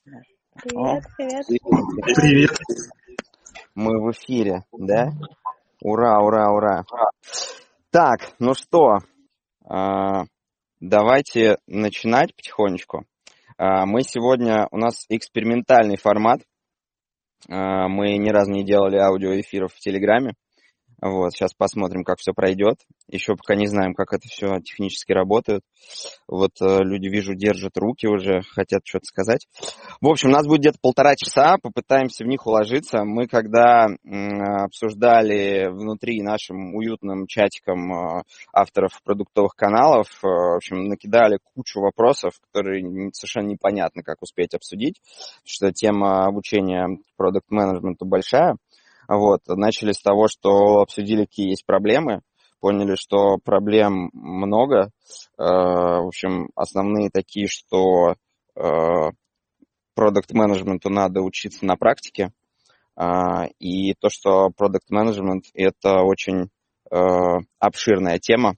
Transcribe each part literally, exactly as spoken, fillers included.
О, Привет, привет. привет. Мы в эфире, да? Ура, ура, ура. Так, ну что, а, давайте начинать потихонечку. А, мы сегодня, у нас экспериментальный формат. А, мы ни разу не делали аудиоэфиров в Телеграме. Вот, сейчас посмотрим, как все пройдет. Еще пока не знаем, как это все технически работает. Вот э, люди, вижу, держат руки уже, хотят что-то сказать. В общем, у нас будет где-то полтора часа, попытаемся в них уложиться. Мы когда м, обсуждали внутри нашим уютным чатиком э, авторов продуктовых каналов, э, в общем, накидали кучу вопросов, которые н- совершенно непонятно, как успеть обсудить, что тема обучения продукт-менеджменту большая. Вот, начали с того, что обсудили, какие есть проблемы, поняли, что проблем много. Э, В общем, основные такие, что э, продакт-менеджменту надо учиться на практике, а, и то, что продакт-менеджмент– это очень э, обширная тема,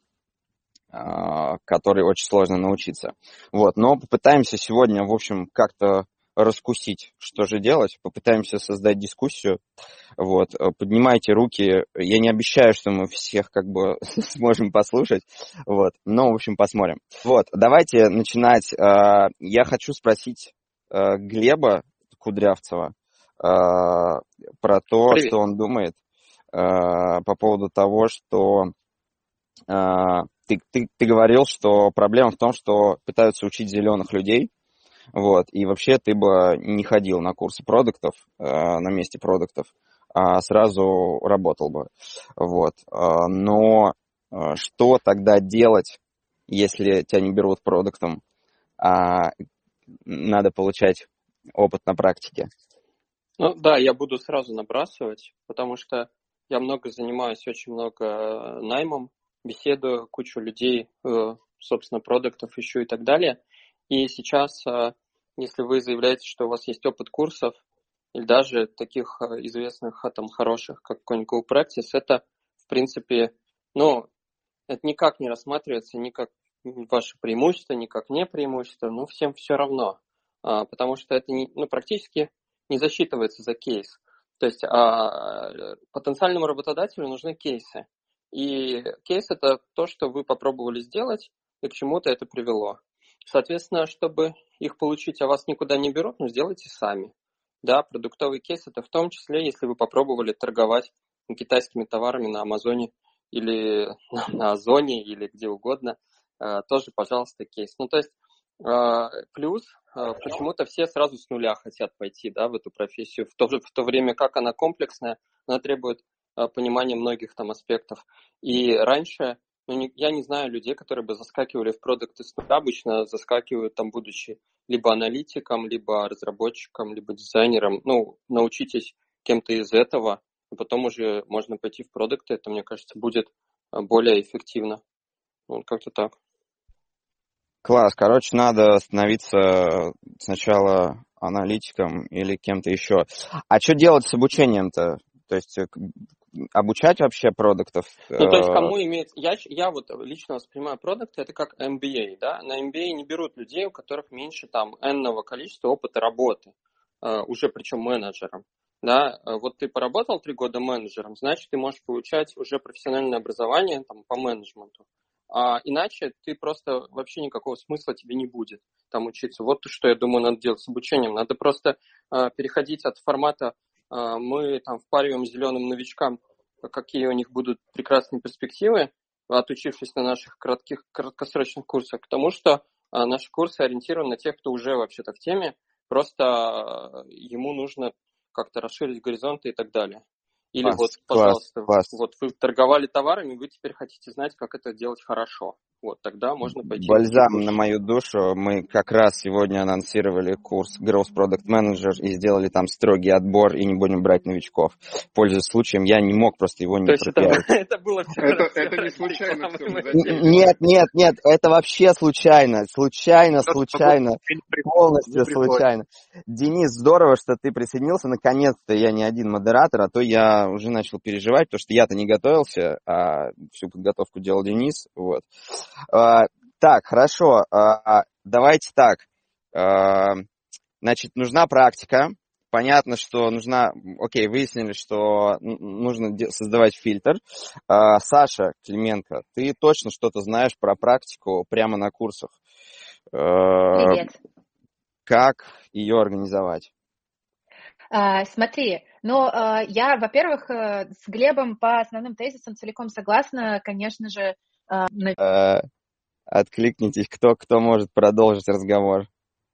а, которой очень сложно научиться. Вот, но попытаемся сегодня, в общем, как-то раскусить, что же делать, попытаемся создать дискуссию. Вот, э, поднимайте руки. Я не обещаю, что мы всех как бы сможем послушать, вот, но, в общем, посмотрим. Вот, давайте начинать. Э, Я хочу спросить э, Глеба Кудрявцева э, про то, Привет. что он думает э, по поводу того, что э, ты, ты, ты говорил, что проблема в том, что пытаются учить зеленых людей. Вот, и вообще ты бы не ходил на курсы продуктов, э, на месте продуктов, а сразу работал бы. Вот. э, Но э, что тогда делать, если тебя не берут продуктом, а надо получать опыт на практике? Ну да, я буду сразу набрасывать, потому что я много занимаюсь, очень много э, наймом, беседую, кучу людей, э, собственно, продуктов ищу и так далее. И сейчас, э, если вы заявляете, что у вас есть опыт курсов, или даже таких э, известных, а, там, хороших, как какой-нибудь GoPractice, это, в принципе, ну, это никак не рассматривается ни как ваше преимущество, ни как не преимущество, ну, всем все равно, а, потому что это не, ну, практически не засчитывается за кейс. То есть а, потенциальному работодателю нужны кейсы. И кейс – это то, что вы попробовали сделать, и к чему-то это привело. Соответственно, чтобы их получить, а вас никуда не берут, ну, сделайте сами. Да, продуктовый кейс – это в том числе, если вы попробовали торговать китайскими товарами на Амазоне или на Озоне, или где угодно, тоже, пожалуйста, кейс. Ну, то есть плюс почему-то все сразу с нуля хотят пойти, да, в эту профессию, в то, в то время как она комплексная, она требует понимания многих там аспектов. И раньше, ну, не, я не знаю людей, которые бы заскакивали в продукты с нуля, обычно заскакивают там, будучи либо аналитиком, либо разработчиком, либо дизайнером. Ну, научитесь кем-то из этого, и потом уже можно пойти в продукты. Это, мне кажется, будет более эффективно. Вот как-то так. Класс. Короче, надо становиться сначала аналитиком или кем-то еще. А что делать с обучением-то? То есть обучать вообще продуктов? Ну, то есть кому имеет... Я, я вот лично воспринимаю продукты, это как эм би эй, да? На эм би эй не берут людей, у которых меньше там энного количества опыта работы, уже причем менеджером. Да, вот ты поработал три года менеджером, значит, ты можешь получать уже профессиональное образование там, по менеджменту. А иначе ты просто вообще никакого смысла тебе не будет там учиться. Вот что я думаю, надо делать с обучением. Надо просто э, переходить от формата э, мы там впариваем зеленым новичкам, какие у них будут прекрасные перспективы, отучившись на наших коротких, краткосрочных курсах, к тому, что э, наши курсы ориентированы на тех, кто уже вообще-то в теме, просто э, ему нужно как-то расширить горизонты и так далее. Или класс, вот, класс, пожалуйста, класс. вот вы торговали товарами, вы теперь хотите знать, как это делать хорошо. Вот тогда можно пойти на Бальзам курс. на мою душу. Мы как раз сегодня анонсировали курс Growth Product Manager и сделали там строгий отбор, и не будем брать новичков. Пользуясь случаем, я не мог просто его не То есть это, пропиарить. это было все Это, это не случайно все мы затеяли. Нет, нет, нет, это вообще случайно. Случайно, случайно. Полностью случайно. Денис, здорово, что ты присоединился. Наконец-то я не один модератор, а то я уже начал переживать, потому что я-то не готовился, а всю подготовку делал Денис. Вот. Так, хорошо. Давайте так. Значит, нужна практика. Понятно, что нужна... Окей, выяснили, что нужно создавать фильтр. А, Саша Клименко, ты точно что-то знаешь про практику прямо на курсах? Привет. Как ее организовать? А, смотри, ну, а, я, во-первых, с Глебом по основным тезисам целиком согласна, конечно же. А, а, откликнитесь, кто, кто может продолжить разговор.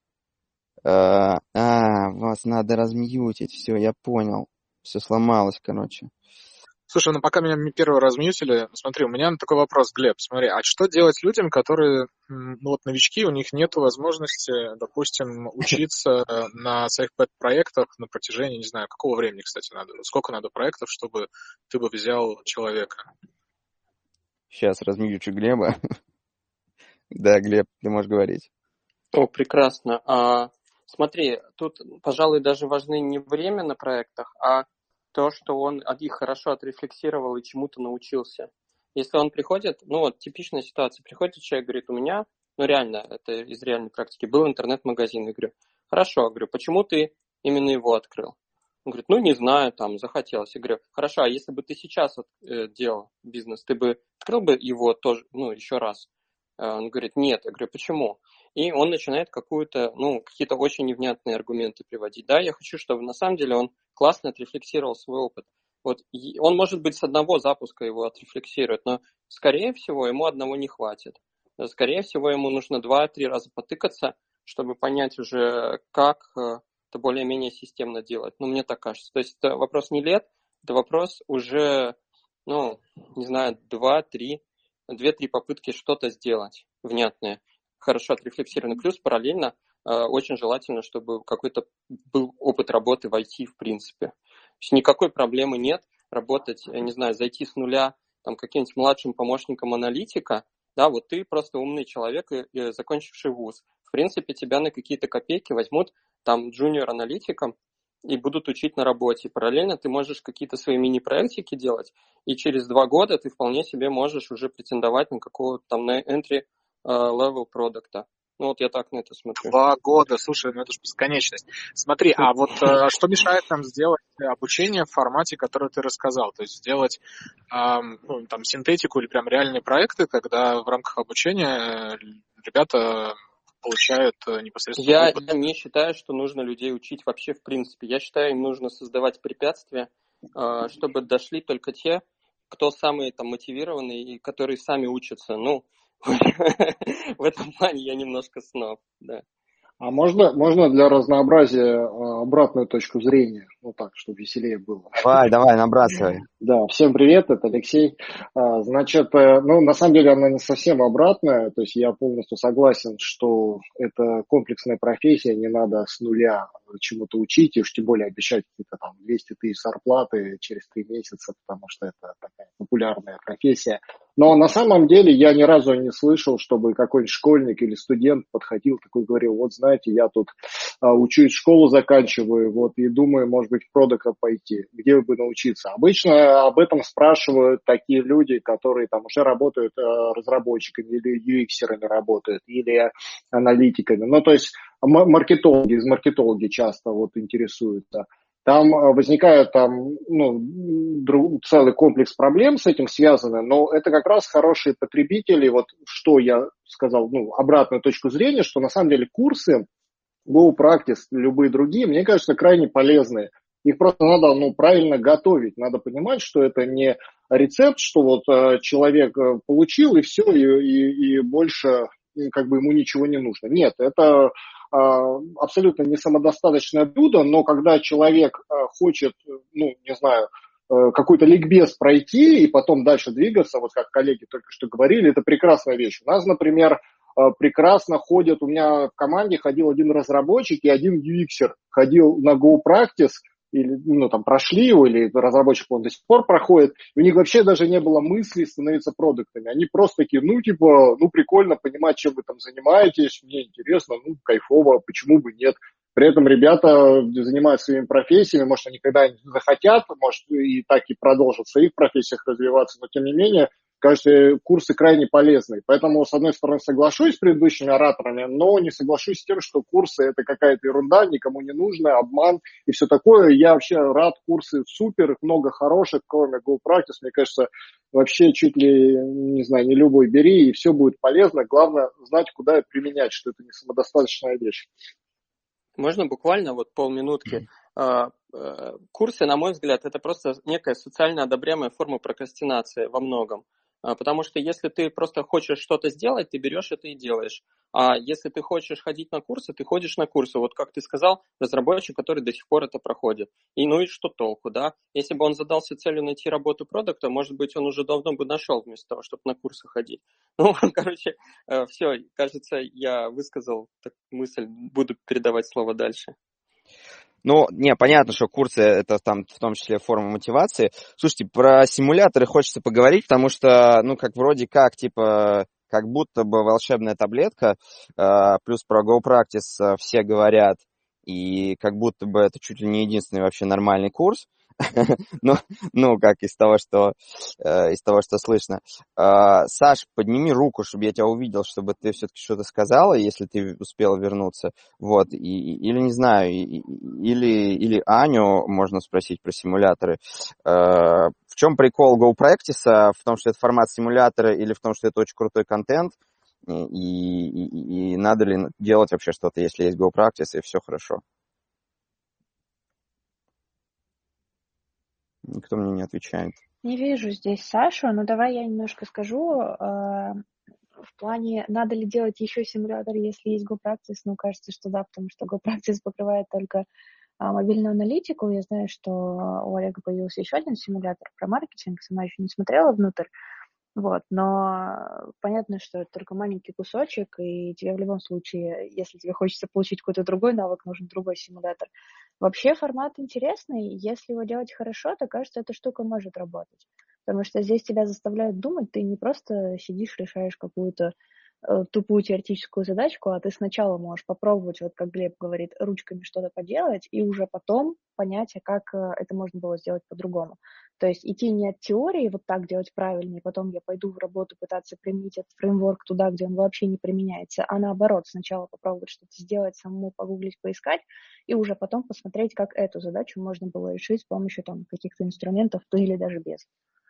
А, а, вас надо размьютить, все, я понял. Все сломалось, короче. Слушай, ну пока меня первый размьютили, смотри, у меня такой вопрос, Глеб, смотри, а что делать людям, которые, ну вот новички, у них нет возможности, допустим, учиться на своих пэт-проектах на протяжении, не знаю, какого времени, кстати, надо, сколько надо проектов, чтобы ты бы взял человека? Сейчас размьючу Глеба. Да, Глеб, ты можешь говорить. О, прекрасно. А, смотри, тут, пожалуй, даже важны не время на проектах, а то, что он их хорошо отрефлексировал и чему-то научился. Если он приходит, ну вот типичная ситуация, приходит человек, говорит, у меня, ну реально, это из реальной практики, был интернет-магазин. Я говорю, хорошо, я говорю, почему ты именно его открыл? Он говорит, ну не знаю, там, захотелось. Я говорю, хорошо, а если бы ты сейчас вот, э, делал бизнес, ты бы открыл бы его тоже, ну еще раз? Он говорит, нет. Я говорю, почему? И он начинает какую-то, ну, какие-то очень невнятные аргументы приводить. Да, я хочу, чтобы на самом деле он классно отрефлексировал свой опыт. Вот он, может быть, с одного запуска его отрефлексирует, но, скорее всего, ему одного не хватит. Скорее всего, ему нужно два-три раза потыкаться, чтобы понять уже, как это более-менее системно делать. Ну, мне так кажется. То есть это вопрос не лет, это вопрос уже, ну, не знаю, два-три две-три попытки что-то сделать внятное, хорошо отрефлексированный. Плюс параллельно э, очень желательно, чтобы какой-то был опыт работы в ай ти в принципе. То есть никакой проблемы нет работать, я не знаю, зайти с нуля там, каким-нибудь младшим помощником аналитика. Да, вот ты просто умный человек, и, и, закончивший вуз. В принципе, тебя на какие-то копейки возьмут там джуниор-аналитиком и будут учить на работе. Параллельно ты можешь какие-то свои мини-проектики делать, и через два года ты вполне себе можешь уже претендовать на какого-то там на entry-level продукта. Ну вот я так на это смотрю. Два года, слушай, ну это же бесконечность. Смотри, а вот э, что мешает нам сделать обучение в формате, который ты рассказал? То есть сделать э, ну, там синтетику или прям реальные проекты, когда в рамках обучения ребята получают непосредственно я, опыт. Я не считаю, что нужно людей учить вообще в принципе. Я считаю, им нужно создавать препятствия, чтобы дошли только те, кто самые там мотивированные и которые сами учатся. Ну, в этом плане я немножко сноб, да. А можно, можно для разнообразия обратную точку зрения, ну так, чтобы веселее было. Давай, давай, набрасывай. Да, всем привет, это Алексей. Значит, ну, на самом деле она не совсем обратная, то есть я полностью согласен, что это комплексная профессия, не надо с нуля чему-то учить, и уж тем более обещать какие-то там двести тысяч зарплаты через три месяца, потому что это такая популярная профессия. Но на самом деле я ни разу не слышал, чтобы какой-нибудь школьник или студент подходил, такой говорил, вот знаете, я тут а, учусь, школу заканчиваю, вот, и думаю, может быть, в продакт пойти, где бы научиться. Обычно об этом спрашивают такие люди, которые там уже работают а, разработчиками или ю экс-ерами работают, или аналитиками. Ну, то есть маркетологи, из маркетологи часто вот интересуются. Там возникает там, ну, друг, целый комплекс проблем с этим связаны, но это как раз хорошие потребители, вот что я сказал, ну, обратную точку зрения, что на самом деле курсы Go Practice, любые другие, мне кажется, крайне полезные. Их просто надо, ну, правильно готовить, надо понимать, что это не рецепт, что вот человек получил и все, и, и, и больше как бы ему ничего не нужно. Нет, это абсолютно не самодостаточное блюдо, но когда человек хочет, ну, не знаю, какой-то ликбез пройти и потом дальше двигаться, вот как коллеги только что говорили, это прекрасная вещь. У нас, например, прекрасно ходят, у меня в команде ходил один разработчик и один ю экс-ер, ходил на Go Practice, или, ну, там, прошли его, или разработчик, он до сих пор проходит, и у них вообще даже не было мысли становиться продуктами. Они просто такие, ну, типа, ну, прикольно понимать, чем вы там занимаетесь, мне интересно, ну, кайфово, почему бы нет. При этом ребята занимаются своими профессиями, может, они когда-нибудь захотят, может, и так и продолжат в своих профессиях развиваться, но, тем не менее, кажется, курсы крайне полезны. Поэтому, с одной стороны, соглашусь с предыдущими ораторами, но не соглашусь с тем, что курсы – это какая-то ерунда, никому не нужно, обман и все такое. Я вообще рад, курсы супер, много хороших, кроме GoPractice. Мне кажется, вообще чуть ли, не знаю, не любой бери, и все будет полезно. Главное знать, куда это применять, что это не самодостаточная вещь. Можно буквально вот полминутки? Курсы, на мой взгляд, это просто некая социально одобряемая форма прокрастинации во многом. Потому что если ты просто хочешь что-то сделать, ты берешь это и делаешь. А если ты хочешь ходить на курсы, ты ходишь на курсы. Вот как ты сказал, разработчик, который до сих пор это проходит. И ну и что толку, да? Если бы он задался целью найти работу продукта, может быть, он уже давно бы нашел вместо того, чтобы на курсы ходить. Ну, короче, все, кажется, я высказал мысль, буду передавать слово дальше. Ну, не, понятно, что курсы это там в том числе форма мотивации. Слушайте, про симуляторы хочется поговорить, потому что, ну, как вроде как, типа, как будто бы волшебная таблетка, э, плюс про GoPractice э, все говорят, и как будто бы это чуть ли не единственный вообще нормальный курс. ну, ну, как из того, что, э, из того, что слышно. Э, Саш, подними руку, чтобы я тебя увидел, чтобы ты все-таки что-то сказала, если ты успела вернуться. Вот, и, или, не знаю, и, или, или Аню можно спросить про симуляторы. Э, в чем прикол GoPractice? В том, что это формат симулятора, или в том, что это очень крутой контент? И, и, и надо ли делать вообще что-то, если есть GoPractice, и все хорошо? Никто мне не отвечает. Не вижу здесь Сашу, но давай я немножко скажу. В плане, надо ли делать еще симулятор, если есть GoPractice? Ну, кажется, что да, потому что GoPractice покрывает только мобильную аналитику. Я знаю, что у Олега появился еще один симулятор про маркетинг. Сама еще не смотрела внутрь. Вот, но понятно, что это только маленький кусочек, и тебе в любом случае, если тебе хочется получить какой-то другой навык, нужен другой симулятор. Вообще формат интересный, если его делать хорошо, то, кажется, эта штука может работать. Потому что здесь тебя заставляют думать, ты не просто сидишь, решаешь какую-то э, тупую теоретическую задачку, а ты сначала можешь попробовать, вот как Глеб говорит, ручками что-то поделать, и уже потом понять, а как э, это можно было сделать по-другому. То есть идти не от теории, вот так делать правильнее, потом я пойду в работу пытаться применить этот фреймворк туда, где он вообще не применяется, а наоборот, сначала попробовать что-то сделать, самому погуглить, поискать, и уже потом посмотреть, как эту задачу можно было решить с помощью там каких-то инструментов, то или даже без.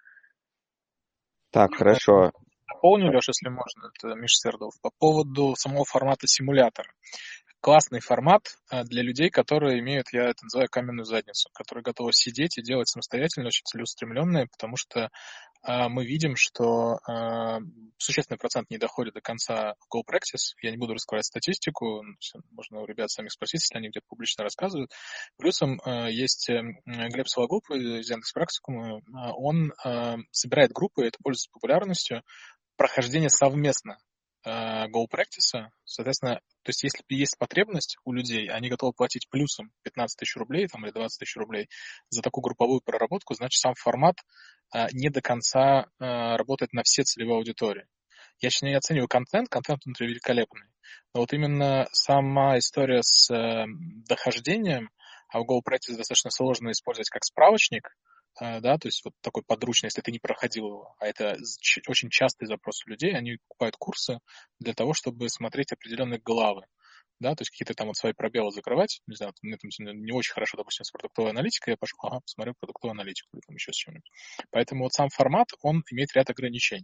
Так, хорошо. Дополню, Леш, если можно, это Миша Свердов. По поводу самого формата симулятора. Классный формат для людей, которые имеют, я это называю, каменную задницу, которые готовы сидеть и делать самостоятельно, очень целеустремленные, потому что э, мы видим, что э, существенный процент не доходит до конца GoPractice. Я не буду раскрывать статистику, можно у ребят самих спросить, если они где-то публично рассказывают. Плюсом э, есть э, Глеб Сологуб из Яндекс.Практикума. Он э, собирает группы, это пользуется популярностью, прохождение совместно GoPractice, соответственно, то есть если есть потребность у людей, они готовы платить плюсом пятнадцать тысяч рублей там, или двадцать тысяч рублей за такую групповую проработку, значит, сам формат а, не до конца а, работает на все целевые аудитории. Я сейчас не оцениваю контент, контент внутри великолепный, но вот именно сама история с а, дохождением, а в GoPractice достаточно сложно использовать как справочник, да, то есть вот такой подручный, если ты не проходил его, а это очень частый запрос у людей, они покупают курсы для того, чтобы смотреть определенные главы, да, то есть какие-то там вот свои пробелы закрывать, не знаю, мне там не очень хорошо, допустим, с продуктовой аналитикой, я пошел, ага, посмотрю продуктовую аналитику или там еще с чем-нибудь. Поэтому вот сам формат, он имеет ряд ограничений.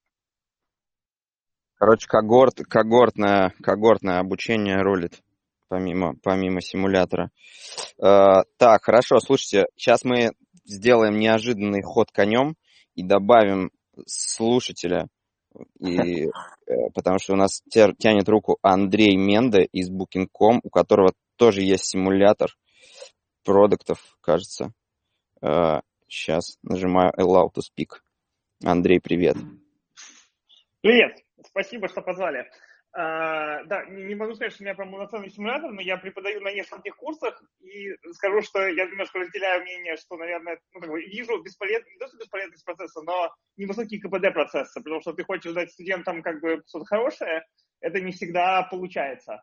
Короче, когорт, когортное, когортное обучение рулит, помимо, помимо симулятора. Э, так, хорошо, слушайте, сейчас мы сделаем неожиданный ход конем и добавим слушателя, и, потому что у нас тянет руку Андрей Менде из букинг точка ком, у которого тоже есть симулятор продуктов, кажется. Сейчас нажимаю Allow to speak. Андрей, привет. Привет, спасибо, что позвали. Uh, да, не, не могу сказать, что у меня прям полноценный симулятор, но я преподаю на нескольких курсах и скажу, что я немножко разделяю мнение, что, наверное, ну, как бы, вижу бесполезность, не то, что бесполезность процесса, но невысокий ка пэ дэ процесса, потому что ты хочешь дать студентам как бы что-то хорошее, это не всегда получается.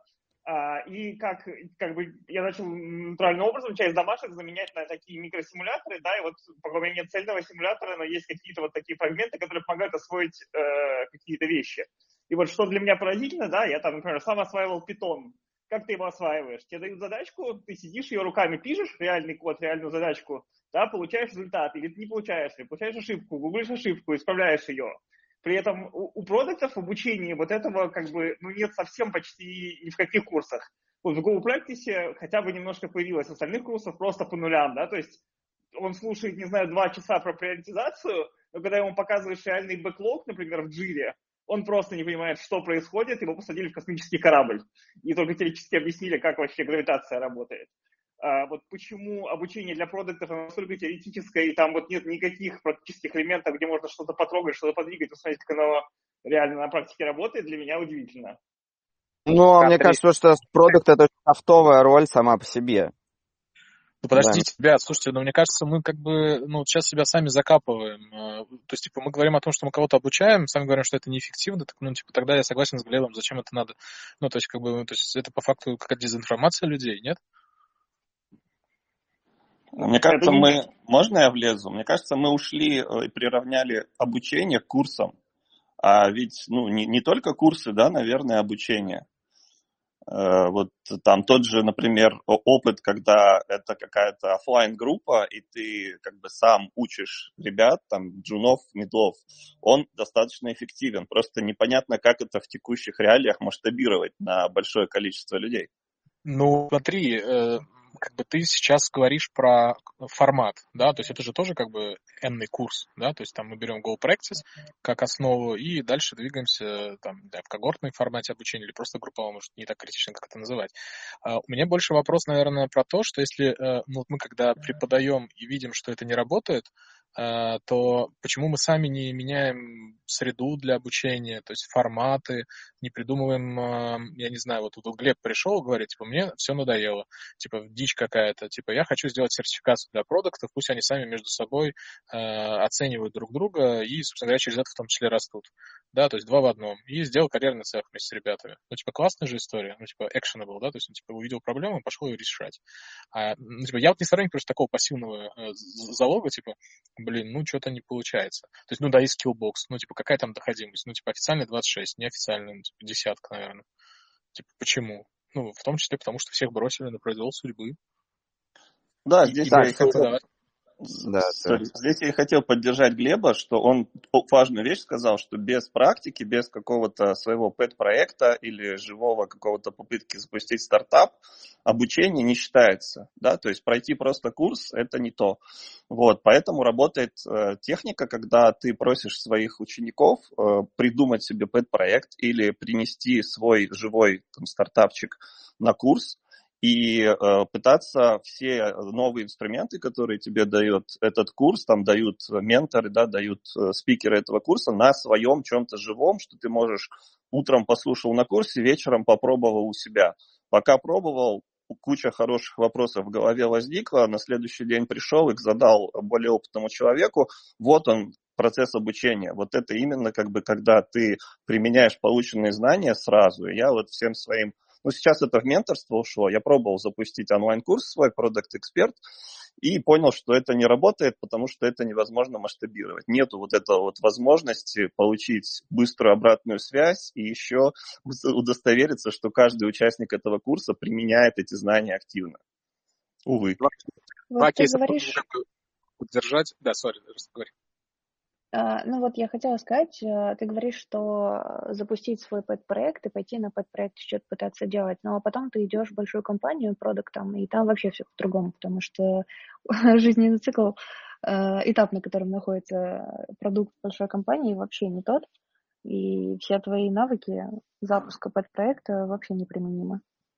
А, и как, как бы я начал натуральным образом часть домашних заменять на такие микросимуляторы, да, и вот пока у меня нет цельного симулятора, но есть какие-то вот такие фрагменты, которые помогают освоить э, какие-то вещи. И вот что для меня поразительно, да, я там, например, сам осваивал Python. Как ты его осваиваешь? Тебе дают задачку, ты сидишь ее руками пишешь, реальный код, реальную задачку, да, получаешь результат, или ты не получаешь, или получаешь ошибку, гуглишь ошибку, исправляешь ее. При этом у, у продуктов в обучении вот этого как бы ну, нет совсем почти ни в каких курсах. Вот в Go Practice хотя бы немножко появилось, остальных курсов просто по нулям, да, то есть он слушает, не знаю, два часа про приоритизацию, но когда ему показываешь реальный бэклог, например, в Jira, он просто не понимает, что происходит, его посадили в космический корабль. И только теоретически объяснили, как вообще гравитация работает. А вот почему обучение для продуктов настолько теоретическое, и там вот нет никаких практических элементов, где можно что-то потрогать, что-то подвигать, посмотреть, как оно реально на практике работает, для меня удивительно. Ну, Андрей. мне кажется, что продукт — это софтовая роль сама по себе. Ну, подождите, ребят, слушайте, ну, мне кажется, мы как бы, ну, сейчас себя сами закапываем. То есть, типа, мы говорим о том, что мы кого-то обучаем, сами говорим, что это неэффективно, так, ну, типа, тогда я согласен с Глебом, зачем это надо? Ну, то есть, как бы, то есть, это по факту какая-то дезинформация людей, нет? Мне кажется, мы... Можно я влезу? Мне кажется, мы ушли и приравняли обучение к курсам. А ведь, ну, не, не только курсы, да, наверное, обучение. Вот там тот же, например, опыт, когда это какая-то офлайн-группа, и ты как бы сам учишь ребят, там, джунов, мидлов, он достаточно эффективен. Просто непонятно, как это в текущих реалиях масштабировать на большое количество людей. Ну, смотри, э, как бы ты сейчас говоришь про формат, да, то есть это же тоже как бы энный курс, да, то есть там мы берем Go Practice как основу и дальше двигаемся там, да, в когортном формате обучения или просто групповом, может, не так критично, как это называть. Uh, у меня больше вопрос, наверное, про то, что если uh, ну, мы когда преподаем и видим, что это не работает, Uh, то почему мы сами не меняем среду для обучения, то есть форматы, не придумываем, uh, я не знаю, вот тут Глеб пришел, говорит, типа, мне все надоело, типа, дичь какая-то, типа, я хочу сделать сертификацию для продуктов, пусть они сами между собой uh, оценивают друг друга и, собственно говоря, через это в том числе растут, да, то есть два в одном, и сделал карьерный цех вместе с ребятами. Ну, типа, классная же история, ну, типа, actionable, да, то есть он, типа, увидел проблему и пошел ее решать. А, ну, типа, я вот не сторонник просто такого пассивного uh, залога, типа, блин, ну, что-то не получается. То есть, ну, да, и Skillbox, ну, типа, какая там доходимость? Ну, типа, официально двадцать шесть, неофициально, ну, типа, десятка, наверное. Типа, почему? Ну, в том числе потому, что всех бросили на произвол судьбы. Да, и, здесь и я больше преподавать. Да, Sorry. Здесь я и хотел поддержать Глеба, что он важную вещь сказал, что без практики, без какого-то своего пэт-проекта или живого какого-то попытки запустить стартап, обучение не считается. Да? То есть пройти просто курс – это не то. Вот, поэтому работает э, техника, когда ты просишь своих учеников э, придумать себе пэт-проект или принести свой живой там, стартапчик на курс, и э, пытаться все новые инструменты, которые тебе дает этот курс, там дают менторы, да, дают э, спикеры этого курса на своем чем-то живом, что ты можешь утром послушал на курсе, вечером попробовал у себя. Пока пробовал, куча хороших вопросов в голове возникла, на следующий день пришел, их задал более опытному человеку, вот он, процесс обучения. Вот это именно как бы, когда ты применяешь полученные знания сразу. И я вот всем своим Ну, сейчас это в менторство ушло. Я пробовал запустить онлайн-курс свой, Product Expert, и понял, что это не работает, потому что это невозможно масштабировать. Нету вот этой вот возможности получить быструю обратную связь и еще удостовериться, что каждый участник этого курса применяет эти знания активно. Увы. Вот ты говоришь... Удержать... Да, сори, говори. Uh, ну вот я хотела сказать, uh, ты говоришь, что запустить свой пэт-проект и пойти на пэт-проект что-то пытаться делать, но потом ты идешь в большую компанию продуктом, и там вообще все по-другому, потому что жизненный цикл, uh, этап, на котором находится продукт большой компании, вообще не тот, и все твои навыки запуска пэт-проекта вообще неприменимы.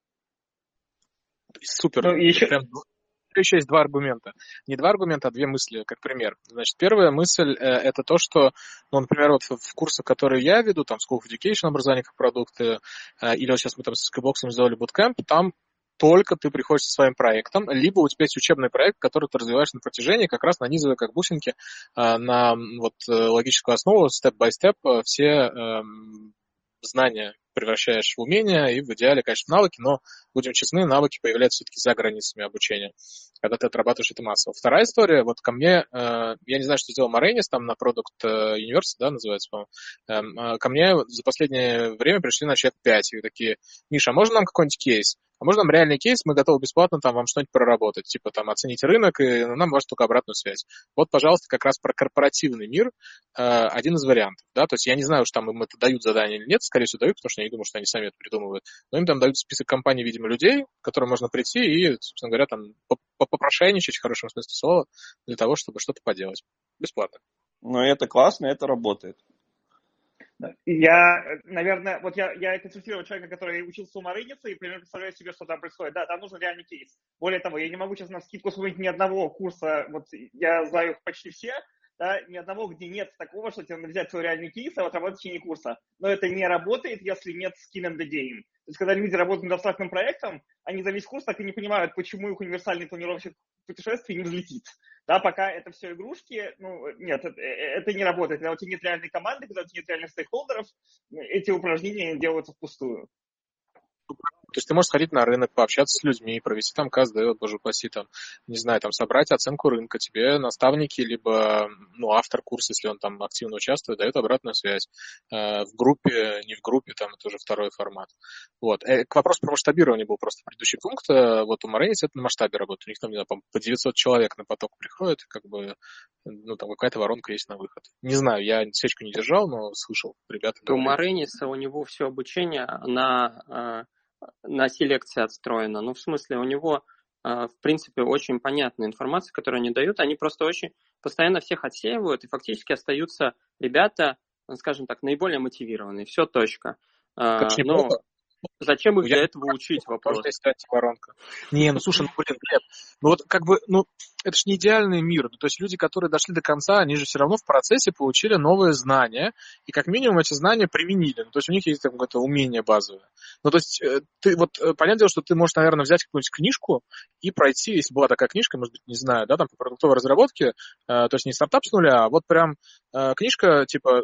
Супер. Ну, еще... Прям... Еще есть два аргумента. Не два аргумента, а две мысли, как пример. Значит, первая мысль э, – это то, что, ну, например, вот в, в курсах, которые я веду, там, School of Education, образование как продукты, э, или вот сейчас мы там с Skybox сделали bootcamp, там только ты приходишь со своим проектом, либо у тебя есть учебный проект, который ты развиваешь на протяжении, как раз нанизывая как бусинки э, на вот, логическую основу, степ-бай-степ, все э, знания превращаешь в умения и в идеале, конечно, в навыки, но, будем честны, навыки появляются все-таки за границами обучения, когда ты отрабатываешь это массово. Вторая история, вот ко мне, я не знаю, что сделал Marainis, там на Product University, да, называется, по-моему, ко мне за последнее время пришли на человек пять, и такие: Миша, а можно нам какой-нибудь кейс? А можно нам реальный кейс, мы готовы бесплатно там вам что-нибудь проработать, типа там оцените рынок, и нам может только обратную связь. Вот, пожалуйста, как раз про корпоративный мир э, один из вариантов, да, то есть я не знаю, что там им это дают задание или нет, скорее всего дают, потому что я не думаю, что они сами это придумывают, но им там дают список компаний, видимо, людей, к которым можно прийти и, собственно говоря, там попрошайничать в хорошем смысле слова для того, чтобы что-то поделать. Бесплатно. Ну, это классно, это работает. Я, наверное, вот я, я консультировал человека, который учился у Marainis, и примерно представляю себе, что там происходит. Да, там нужен реальный кейс. Более того, я не могу сейчас на скидку вспомнить ни одного курса, вот я знаю их почти все, да, ни одного, где нет такого, что тебе надо взять свой реальный кейс, а вот работать в течение курса. Но это не работает, если нет skin in the game. То есть, когда люди работают над абстрактным проектом, они за весь курс так и не понимают, почему их универсальный планировщик путешествий не взлетит. Да, пока это все игрушки, ну, нет, это, это не работает. Когда у тебя нет реальной команды, когда у тебя нет реальных стейкхолдеров, эти упражнения делаются впустую. То есть ты можешь сходить на рынок, пообщаться с людьми, провести там КСД, боже упаси, там, не знаю, там, собрать оценку рынка. Тебе наставники, либо, ну, автор курса, если он там активно участвует, дает обратную связь. Э, в группе, не в группе, там, это уже второй формат. Вот. Э, к вопросу про масштабирование был просто предыдущий пункт. Вот у Marainis это на масштабе работает. У них там, не знаю, по девятьсот человек на поток приходит, как бы, ну, там какая-то воронка есть на выход. Не знаю, я свечку не держал, но слышал, ребята. У Marainis у него все обучение на... на селекции отстроено. Ну, в смысле, у него, в принципе, очень понятная информация, которую они дают. Они просто очень постоянно всех отсеивают, и фактически остаются ребята, скажем так, наиболее мотивированные. Все, точка. Ну, зачем их я... для этого учить? Вопрос. Воронка. Не, ну, слушай, ну, блин, нет. Ну, вот как бы, ну, это же не идеальный мир. То есть люди, которые дошли до конца, они же все равно в процессе получили новые знания, и как минимум эти знания применили. Ну, то есть у них есть какое-то умение базовое. Ну, то есть ты вот, понятное дело, что ты можешь, наверное, взять какую-нибудь книжку и пройти, если была такая книжка, может быть, не знаю, да, там по продуктовой разработке, то есть не стартап с нуля, а вот прям книжка типа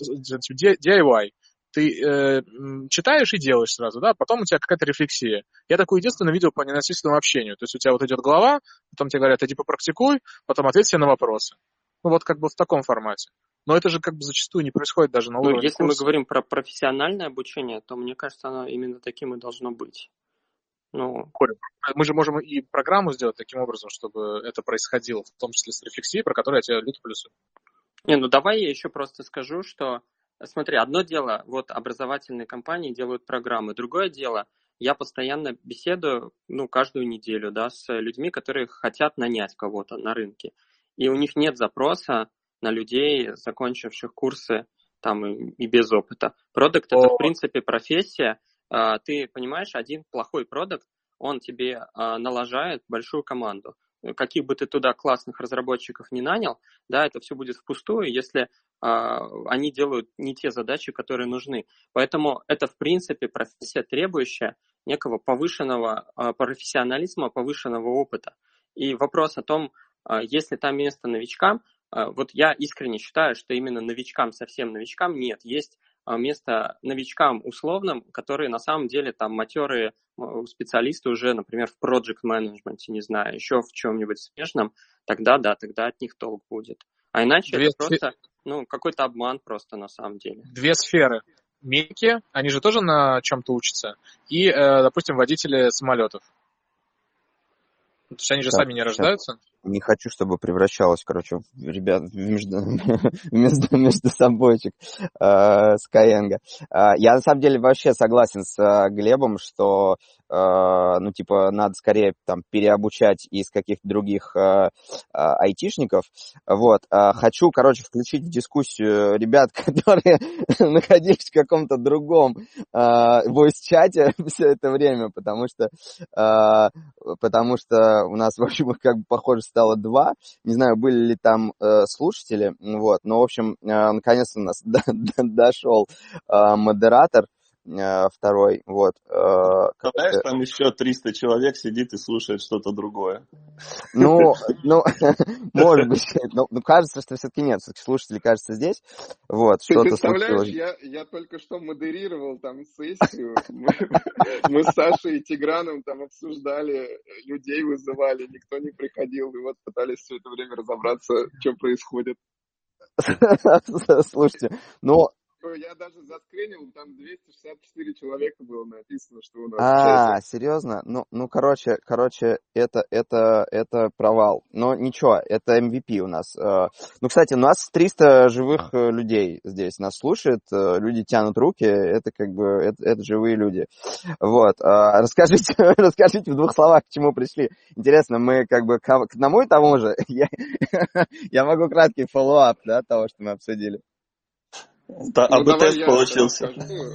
ди ай вай. Ты э, читаешь и делаешь сразу, да, потом у тебя какая-то рефлексия. Я такое единственное видел по ненасильственному общению. То есть у тебя вот идет глава, потом тебе говорят, иди попрактикуй, потом ответь себе на вопросы. Ну вот как бы в таком формате. Но это же как бы зачастую не происходит даже на уровне ну, если курса. мы говорим про профессиональное обучение, то мне кажется, оно именно таким и должно быть. Ну... Мы же можем и программу сделать таким образом, чтобы это происходило, в том числе с рефлексией, про которую я тебе люто плюсую. Не, ну давай я еще просто скажу, что смотри, одно дело, вот образовательные компании делают программы, другое дело, я постоянно беседую, ну, каждую неделю, да, с людьми, которые хотят нанять кого-то на рынке, и у них нет запроса на людей, закончивших курсы там и, и без опыта. Продакт — это, в принципе, профессия. Ты понимаешь, один плохой продакт, он тебе налажает большую команду. Каких бы ты туда классных разработчиков не нанял, да, это все будет впустую, если а, они делают не те задачи, которые нужны. Поэтому это, в принципе, профессия, требующая некого повышенного а, профессионализма, повышенного опыта. И вопрос о том, а, есть ли там место новичкам, а, вот я искренне считаю, что именно новичкам, совсем новичкам нет. Есть а, место новичкам условным, которые на самом деле там матерые специалисты уже, например, в project management, не знаю, еще в чем-нибудь смежном, тогда да, тогда от них толк будет. А иначе Две это сферы. просто, ну, какой-то обман просто на самом деле. Две сферы. Медики, они же тоже на чем-то учатся. И, э, допустим, водители самолетов. То есть они же так, сами не рождаются? Не хочу, чтобы превращалось, короче, ребят, между, между, между собойчик э, Skyeng. Э, я на самом деле вообще согласен с э, Глебом, что э, ну, типа, надо скорее там переобучать из каких-то других э, э, айтишников. Вот. Э, хочу, короче, включить в дискуссию ребят, которые находились в каком-то другом э, voice-чате все это время, потому что, э, потому что у нас, в общем, как бы похоже стало два. Не знаю, были ли там э, слушатели, вот, но, в общем, э, наконец-то у нас до, до, дошел э, модератор, э, второй, вот. Э, Знаешь, там еще триста человек сидит и слушает что-то другое. Ну, ну, может быть, но, ну, кажется, что все-таки нет, слушатели, кажется, здесь, вот, Ты что-то представляешь, случилось. я, я только что модерировал там сессию, мы, мы с Сашей и Тиграном там обсуждали, людей вызывали, никто не приходил, и вот пытались все это время разобраться, что происходит. Слушайте, ну... Я даже заскринил, там двести шестьдесят четыре человека было написано, что у нас А, серьезно? Ну, ну, короче, короче, это, это, это провал. Но ничего, это эм ви пи у нас. Ну, кстати, у нас триста живых людей здесь нас слушает, люди тянут руки, это как бы, это, это живые люди. Вот, расскажите, расскажите в двух словах, к чему пришли. Интересно, мы как бы к одному и тому же? Я, я могу краткий фоллоуап, да, того, что мы обсудили. Да, ну, а бы тест я получился. Расскажу.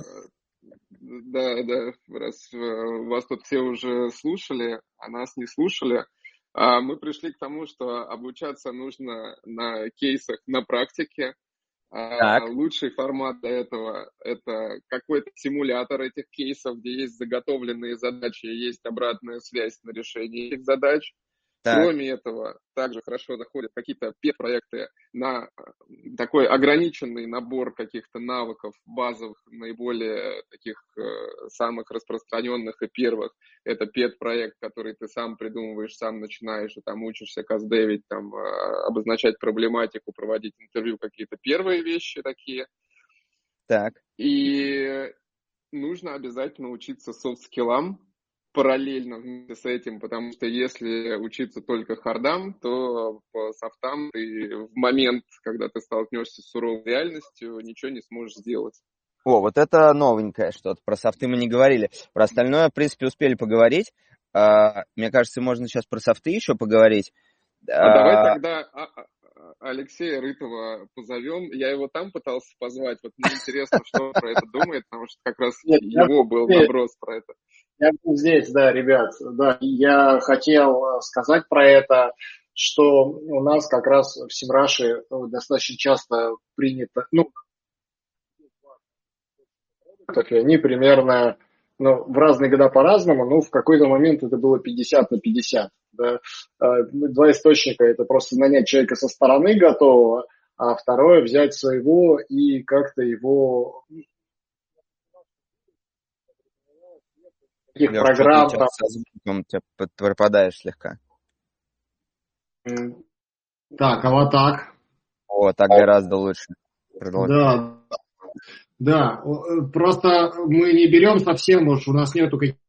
Да, да, раз вас тут все уже слушали, а нас не слушали, мы пришли к тому, что обучаться нужно на кейсах, на практике. Так. Лучший формат для этого – это какой-то симулятор этих кейсов, где есть заготовленные задачи, есть обратная связь на решение этих задач. Так. Кроме этого, также хорошо заходят какие-то пет-проекты на такой ограниченный набор каких-то навыков базовых, наиболее таких э, самых распространенных и первых. Это пет-проект, который ты сам придумываешь, сам начинаешь, и там учишься каздевить, там, э, обозначать проблематику, проводить интервью, какие-то первые вещи такие. Так. И нужно обязательно учиться софт-скиллам параллельно вместе с этим, потому что если учиться только хардам, то по софтам ты в момент, когда ты столкнешься с суровой реальностью, ничего не сможешь сделать. О, вот это новенькое что-то. Про софты мы не говорили. Про остальное, в принципе, успели поговорить. А, мне кажется, можно сейчас про софты еще поговорить. А, а давай тогда Алексея Рытова позовем. Я его там пытался позвать. Вот мне интересно, что он про это думает, потому что как раз Нет, его был наброс про это. Я был здесь, да, ребят. Да, я хотел сказать про это, что у нас как раз в Семраше достаточно часто принято, ну, они примерно, ну, в разные года по-разному, но в какой-то момент это было пятьдесят на пятьдесят. Да. Два источника – это просто нанять человека со стороны готового, а второе – взять своего и как-то его... Таких Леш, программ. Ты со звуком тебя пропадаешь слегка. Так, а вот так. О, так гораздо лучше. Продолжай. Да, да. Просто мы не берем совсем, уж у нас нету каких-то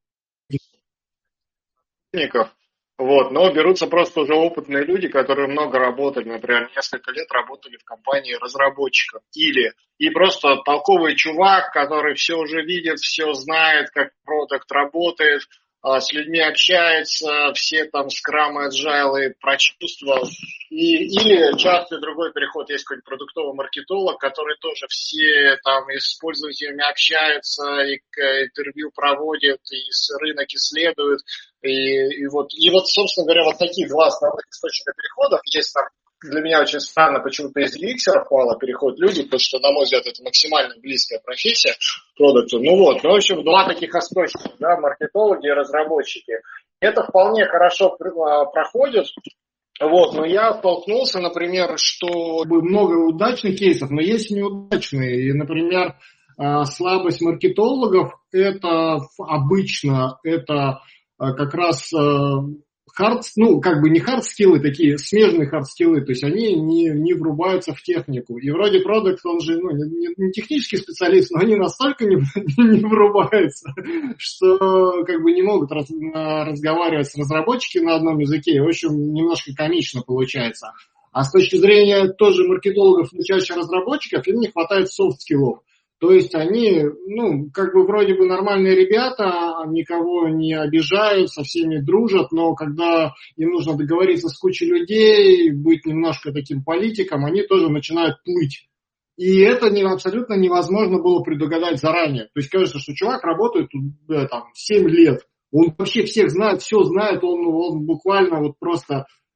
техников. Вот, но берутся просто уже опытные люди, которые много работали, например, несколько лет работали в компании разработчиков. Или и просто толковый чувак, который все уже видит, все знает, как продукт работает, с людьми общается, все там скрамы, аджайлы прочувствовал. И, или частый другой переход, есть какой-нибудь продуктовый маркетолог, который тоже все там и с пользователями общается, и интервью проводит, и рынок исследует. И, и, вот, и вот, собственно говоря, вот такие два основных источника переходов. Есть там, для меня очень странно, почему-то из ю экс-еров мало переходят люди, потому что, на мой взгляд, это максимально близкая профессия продукту. Ну вот, ну, в общем, два таких источника, да, маркетологи и разработчики. Это вполне хорошо проходит. Вот, но я столкнулся, например, что много удачных кейсов, но есть неудачные. И, например, слабость маркетологов – это обычно, это как раз хард, ну, как бы не хард-скиллы, такие смежные хард-скиллы, то есть они не, не врубаются в технику. И вроде продукт, он же, ну, не, не технический специалист, но они настолько не, не врубаются, что как бы не могут раз, разговаривать с разработчиками на одном языке. В общем, немножко комично получается. А с точки зрения тоже маркетологов, чаще разработчиков, им не хватает софт-скиллов. То есть они, ну, как бы вроде бы нормальные ребята, никого не обижают, со всеми дружат, но когда им нужно договориться с кучей людей, быть немножко таким политиком, они тоже начинают плыть. И это не, абсолютно невозможно было предугадать заранее. То есть кажется, что чувак работает да, там семь лет, он вообще всех знает, все знает, он, он буквально вот просто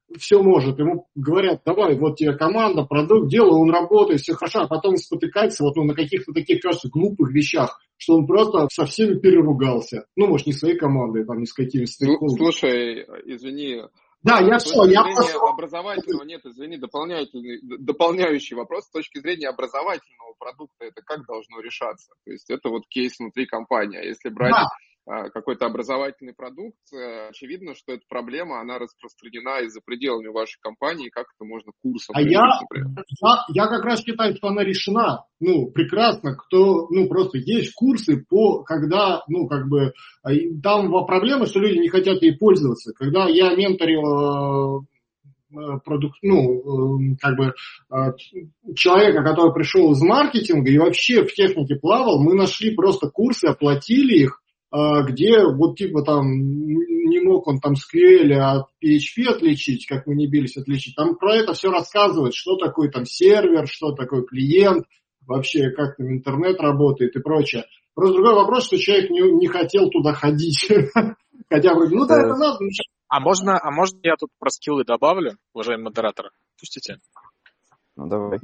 все может. Ему говорят, давай, вот тебе команда, продукт, делай, он работает, все хорошо, а потом спотыкается вот, ну, на каких-то таких, кажется, глупых вещах, что он просто со всеми переругался. Ну, может, не своей командой, там, не с какими-то стейкхолдерами. Слушай, извини. Да, я все, я просто... образовательного нет, извини, дополнительный, дополняющий вопрос. С точки зрения образовательного продукта это как должно решаться? То есть это вот кейс внутри компании. А если брать... Да. Какой-то образовательный продукт, очевидно, что эта проблема, она распространена и за пределами вашей компании, как это можно курсом а решить, я, я, я как раз считаю, что она решена, ну, прекрасно, кто, ну, просто есть курсы по, когда, ну, как бы, там проблема, что люди не хотят ей пользоваться. Когда я менторил продукт, ну, как бы, человека, который пришел из маркетинга и вообще в технике плавал, мы нашли просто курсы, оплатили их, где вот типа там не мог он там эс кью эль от пи эйч пи отличить, как мы не бились отличить. Там про это все рассказывает, что такое там сервер, что такое клиент, вообще как там интернет работает и прочее. Просто другой вопрос, что человек не, не хотел туда ходить. Хотя вроде, ну да, это надо. А можно, а можно я тут про скиллы добавлю, уважаемый модератор? Пустите. Ну давай.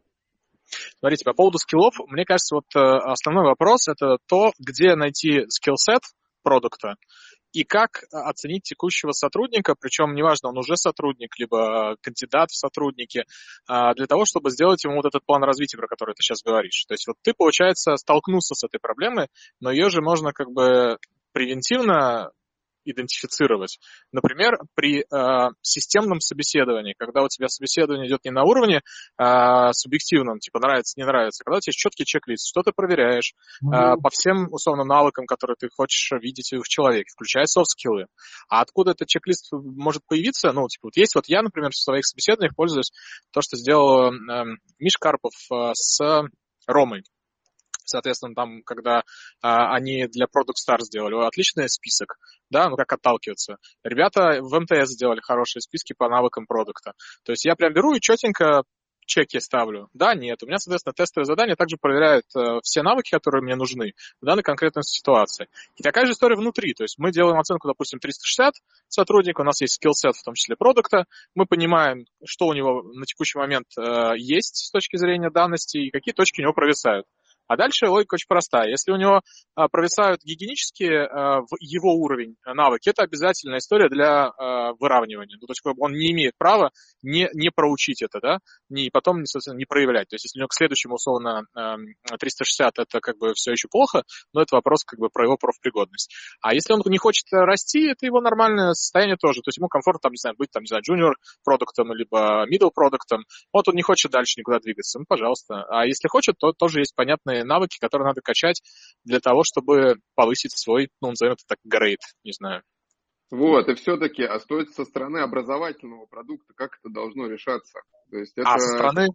Смотрите, по поводу скиллов, мне кажется, вот основной вопрос – это то, где найти скиллсет продукта и как оценить текущего сотрудника, причем неважно, он уже сотрудник, либо кандидат в сотрудники, для того, чтобы сделать ему вот этот план развития, про который ты сейчас говоришь. То есть вот ты, получается, столкнулся с этой проблемой, но ее же можно как бы превентивно идентифицировать. Например, при э, системном собеседовании, когда у тебя собеседование идет не на уровне э, субъективном, типа нравится, не нравится, когда у тебя есть четкий чек-лист, что ты проверяешь mm-hmm. э, по всем, условно, навыкам, которые ты хочешь видеть в человеке, включая софт-скиллы. А откуда этот чек-лист может появиться? Ну, типа, вот есть, вот я, например, в своих собеседованиях пользуюсь то, что сделал э, Миш Карпов э, с Ромой. Соответственно, там, когда а, они для Product Star сделали отличный список, да, ну как отталкиваться. Ребята в эм тэ эс сделали хорошие списки по навыкам продукта. То есть я прям беру и четенько чеки ставлю. Да, нет. У меня, соответственно, тестовые задания также проверяют э, все навыки, которые мне нужны в данной конкретной ситуации. И такая же история внутри. То есть мы делаем оценку, допустим, триста шестьдесят сотрудника, у нас есть скиллсет, в том числе продукта. Мы понимаем, что у него на текущий момент э, есть с точки зрения данностей и какие точки у него провисают. А дальше логика очень простая. Если у него а, провисают гигиенические а, в его уровень а, навыки, это обязательная история для а, выравнивания. Ну, то есть он не имеет права не, не проучить это, да, и потом, соответственно, не проявлять. То есть если у него к следующему, условно, триста шестьдесят это как бы все еще плохо, но это вопрос как бы про его профпригодность. А если он не хочет расти, это его нормальное состояние тоже. То есть ему комфортно, там, не знаю, быть, там, не знаю, junior продуктом, либо middle продуктом. Вот он не хочет дальше никуда двигаться, ну, пожалуйста. А если хочет, то тоже есть понятные навыки, которые надо качать для того, чтобы повысить свой, ну, назовем это так, грейд, не знаю. Вот, и все-таки, а стоит со стороны образовательного продукта, как это должно решаться? То есть это... А со стороны,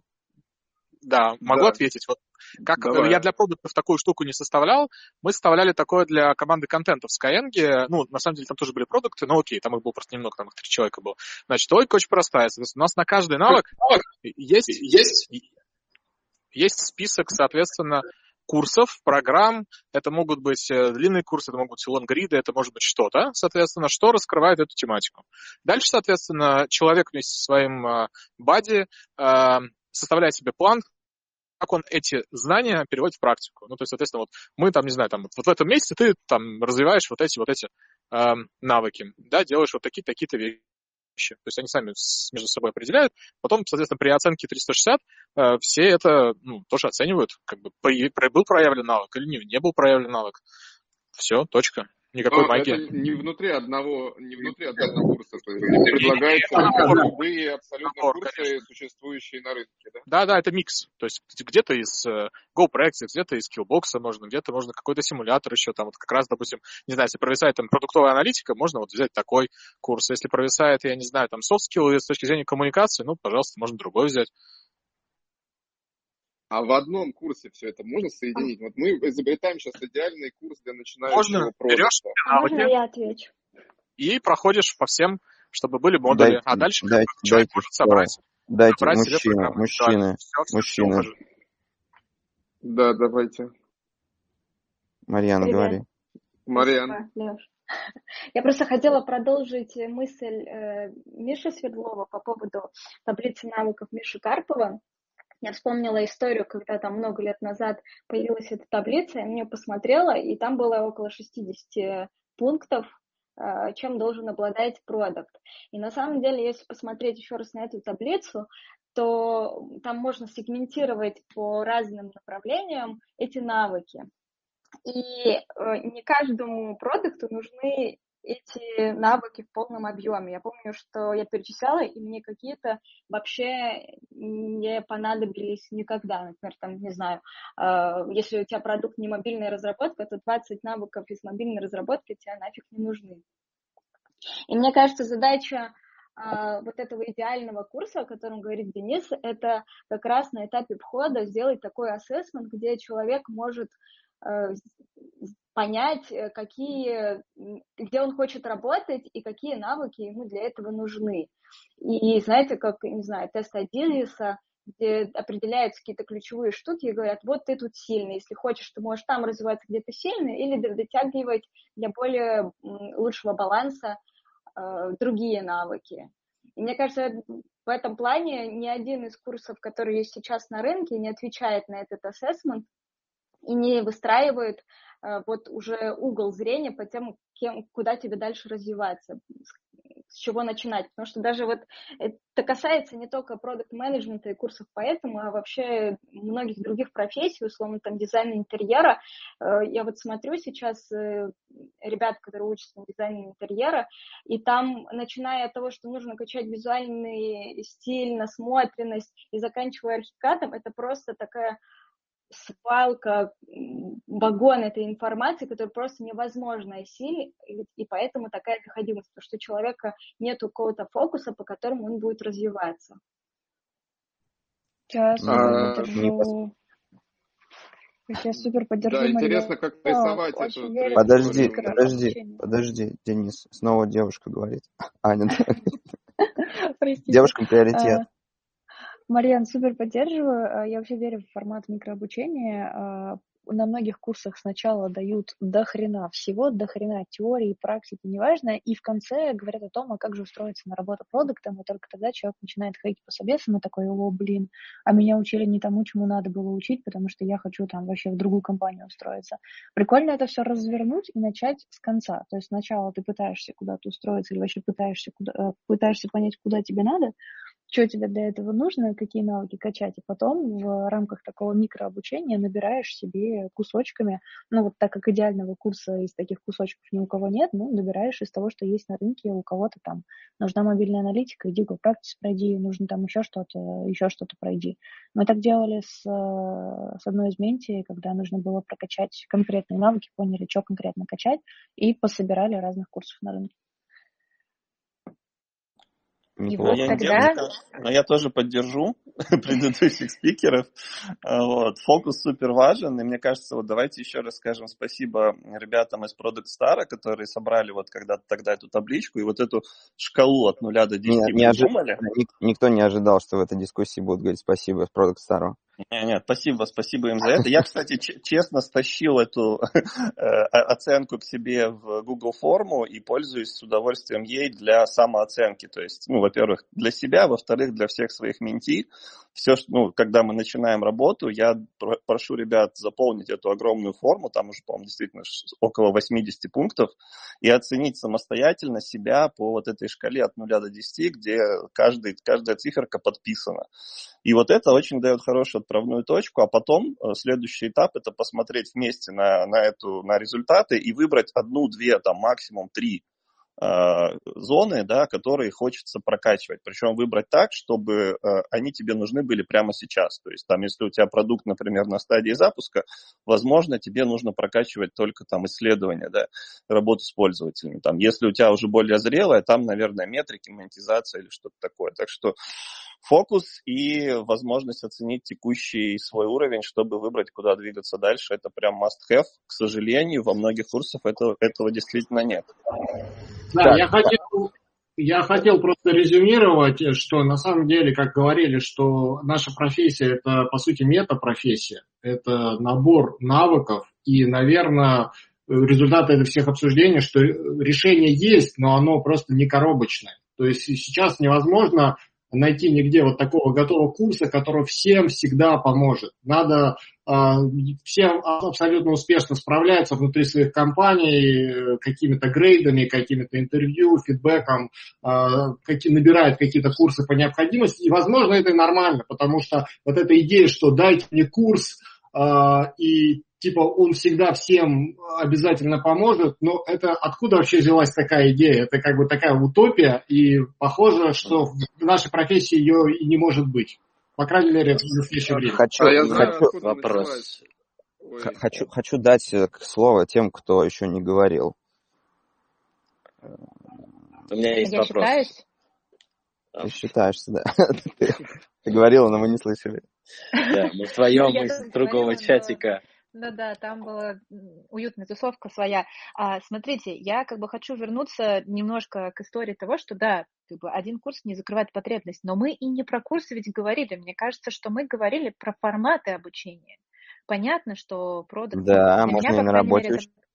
да, могу да. ответить. Вот как Давай. Я для продуктов такую штуку не составлял, мы составляли такое для команды контента в Skyeng, ну, на самом деле там тоже были продукты, но окей, там их было просто немного, там их три человека было. Значит, логика очень простая, соответственно, у нас на каждый навык есть, есть, есть список, соответственно, курсов, программ, это могут быть длинные курсы, это могут быть лонгриды, это может быть что-то, соответственно, что раскрывает эту тематику. Дальше, соответственно, человек вместе со своим бадди составляет себе план, как он эти знания переводит в практику. Ну, то есть, соответственно, вот мы там, не знаю, там, вот в этом месяце ты там развиваешь вот эти вот эти э, навыки, да, делаешь вот такие-то, такие-то вещи. То есть они сами между собой определяют. Потом, соответственно, при оценке триста шестьдесят э, все это, ну, тоже оценивают, как бы был проявлен навык или не, не был проявлен навык. Все, точка. Никакой Но магии. Это не внутри одного, не внутри одного курса. То есть предлагается любые абсолютно курсы, существующие на рынке, да? Да, да, это микс. То есть где-то из GoPractice, где-то из Skillbox можно, где-то можно какой-то симулятор еще. Там вот как раз, допустим, не знаю, если провисает там продуктовая аналитика, можно вот взять такой курс. Если провисает, я не знаю, там софт-скиллы с точки зрения коммуникации, ну, пожалуйста, можно другой взять. А в одном курсе все это можно соединить? Вот мы изобретаем сейчас идеальный курс для начинающего продукта. Берешь а можно я отвечу? И проходишь по всем, чтобы были модули. Дайте, а дальше дайте, человек дайте, может собрать. Дайте, собрать мужчина, мужчины, да, все, мужчины. все, все да, давайте. Марьяна, Привет. говори. Марьяна. Леш. Я просто хотела продолжить мысль э, Миши Свердлова по поводу таблицы навыков Миши Карпова. Я вспомнила историю, когда там много лет назад появилась эта таблица, я на нее посмотрела, и там было около шестьдесят пунктов, э, чем должен обладать продукт. И на самом деле, если посмотреть еще раз на эту таблицу, то там можно сегментировать по разным направлениям эти навыки. И э, не каждому продукту нужны эти навыки в полном объеме. Я помню, что я перечисляла, и мне какие-то вообще не понадобились никогда. Например, там, не знаю, э, если у тебя продукт не мобильная разработка, то двадцать навыков из мобильной разработки тебе нафиг не нужны. И мне кажется, задача э, вот этого идеального курса, о котором говорит Денис, это как раз на этапе входа сделать такой ассессмент, где человек может понять, какие, где он хочет работать и какие навыки ему для этого нужны. И знаете, как, не знаю, тест Адилиса, где определяются какие-то ключевые штуки и говорят, вот ты тут сильный, если хочешь, ты можешь там развиваться, где ты сильный, или дотягивать для более лучшего баланса э, другие навыки. И мне кажется, в этом плане ни один из курсов, которые есть сейчас на рынке, не отвечает на этот ассессмент, и не выстраивает э, вот уже угол зрения по тем, кем, куда тебе дальше развиваться, с, с чего начинать. Потому что даже вот это касается не только продакт-менеджмента и курсов по этому, а вообще многих других профессий, условно, там, дизайн интерьера. Э, я вот смотрю сейчас э, ребят, которые учатся на дизайне интерьера, и там, начиная от того, что нужно качать визуальный стиль, насмотренность, и заканчивая архикатом, это просто такая свалка, вагон этой информации, которую просто невозможно осилить, и поэтому такая доходимость, потому что у человека нет какого-то фокуса, по которому он будет развиваться. Я супер поддержу. Я супер поддержу. Да, интересно, как рисовать эту... Подожди, подожди, подожди, Денис, снова девушка говорит. Аня, девушкам приоритет. Марьян, супер поддерживаю. Я вообще верю в формат микрообучения. На многих курсах сначала дают до хрена всего, до хрена теории, практики, неважно, и в конце говорят о том, а как же устроиться на работу продуктом, и только тогда человек начинает ходить по собесам и такой, о, блин, а меня учили не тому, чему надо было учить, потому что я хочу там вообще в другую компанию устроиться. Прикольно это все развернуть и начать с конца. То есть сначала ты пытаешься куда-то устроиться или вообще пытаешься, куда, пытаешься понять, куда тебе надо, что тебе для этого нужно, какие навыки качать, и потом в рамках такого микрообучения набираешь себе кусочками, ну вот так как идеального курса из таких кусочков ни у кого нет, ну набираешь из того, что есть на рынке, у кого-то там нужна мобильная аналитика, иди Google Practice пройди, нужно там еще что-то, еще что-то пройди. Мы так делали с, с одной из ментий, когда нужно было прокачать конкретные навыки, поняли, что конкретно качать, и пособирали разных курсов на рынке. И вот я тогда... Но я тоже поддержу предыдущих спикеров. Вот. Фокус супер важен, и мне кажется, вот давайте еще раз скажем спасибо ребятам из Product Star, которые собрали вот когда-то тогда эту табличку и вот эту шкалу от нуля до десяти не, не придумали. Ожи... Никто не ожидал, что в этой дискуссии будут говорить спасибо из Product Star. Нет, нет, спасибо, спасибо им за это. Я, кстати, ч- честно стащил эту оценку к себе в Google форму и пользуюсь с удовольствием ей для самооценки. То есть, ну, во-первых, для себя, во-вторых, для всех своих менти. Все, ну, когда мы начинаем работу, я прошу ребят заполнить эту огромную форму, там уже, по-моему, действительно около восемьдесят пунктов, и оценить самостоятельно себя по вот этой шкале от нуля до десяти, где каждый, каждая циферка подписана. И вот это очень дает хорошую отправную точку, а потом следующий этап – это посмотреть вместе на, на, эту, на результаты и выбрать одну, две, там, максимум три э, зоны, да, которые хочется прокачивать. Причем выбрать так, чтобы э, они тебе нужны были прямо сейчас. То есть там, если у тебя продукт, например, на стадии запуска, возможно, тебе нужно прокачивать только там исследования, да, работу с пользователями. Там, если у тебя уже более зрелое, там, наверное, метрики, монетизация или что-то такое. Так что фокус и возможность оценить текущий свой уровень, чтобы выбрать, куда двигаться дальше, это прям must-have. К сожалению, во многих курсах этого, этого действительно нет. Да, так, я хотел, я хотел просто резюмировать, что на самом деле, как говорили, что наша профессия – это, по сути, метапрофессия. Это набор навыков, и, наверное, результаты этих всех обсуждений, что решение есть, но оно просто не коробочное. То есть сейчас невозможно найти нигде вот такого готового курса, который всем всегда поможет. Надо, э, все абсолютно успешно справляются внутри своих компаний какими-то грейдами, какими-то интервью, фидбэком, э, какие, набирают какие-то курсы по необходимости. И, возможно, это и нормально, потому что вот эта идея, что дайте мне курс, э, и типа он всегда всем обязательно поможет, но это откуда вообще взялась такая идея? Это как бы такая утопия, и похоже, что в нашей профессии ее и не может быть. По крайней мере, в настоящее время. Хочу, А я знаю, хочу, откуда вопрос. началась. Хочу, хочу дать слово тем, кто еще не говорил. У меня есть Я вопрос. считаюсь? Ты считаешься, да. Ты, ты говорила, но мы не слышали. Да, мы вдвоем Я из тоже другого говорила, но- чатика. Ну да, там была м, уютная тусовка своя. А, смотрите, я как бы хочу вернуться немножко к истории того, что да, как бы один курс не закрывает потребность, но мы и не про курсы ведь говорили. Мне кажется, что мы говорили про форматы обучения. Понятно, что продукт, ну, Да, для можно меня, и по на крайней работе мере, учить. это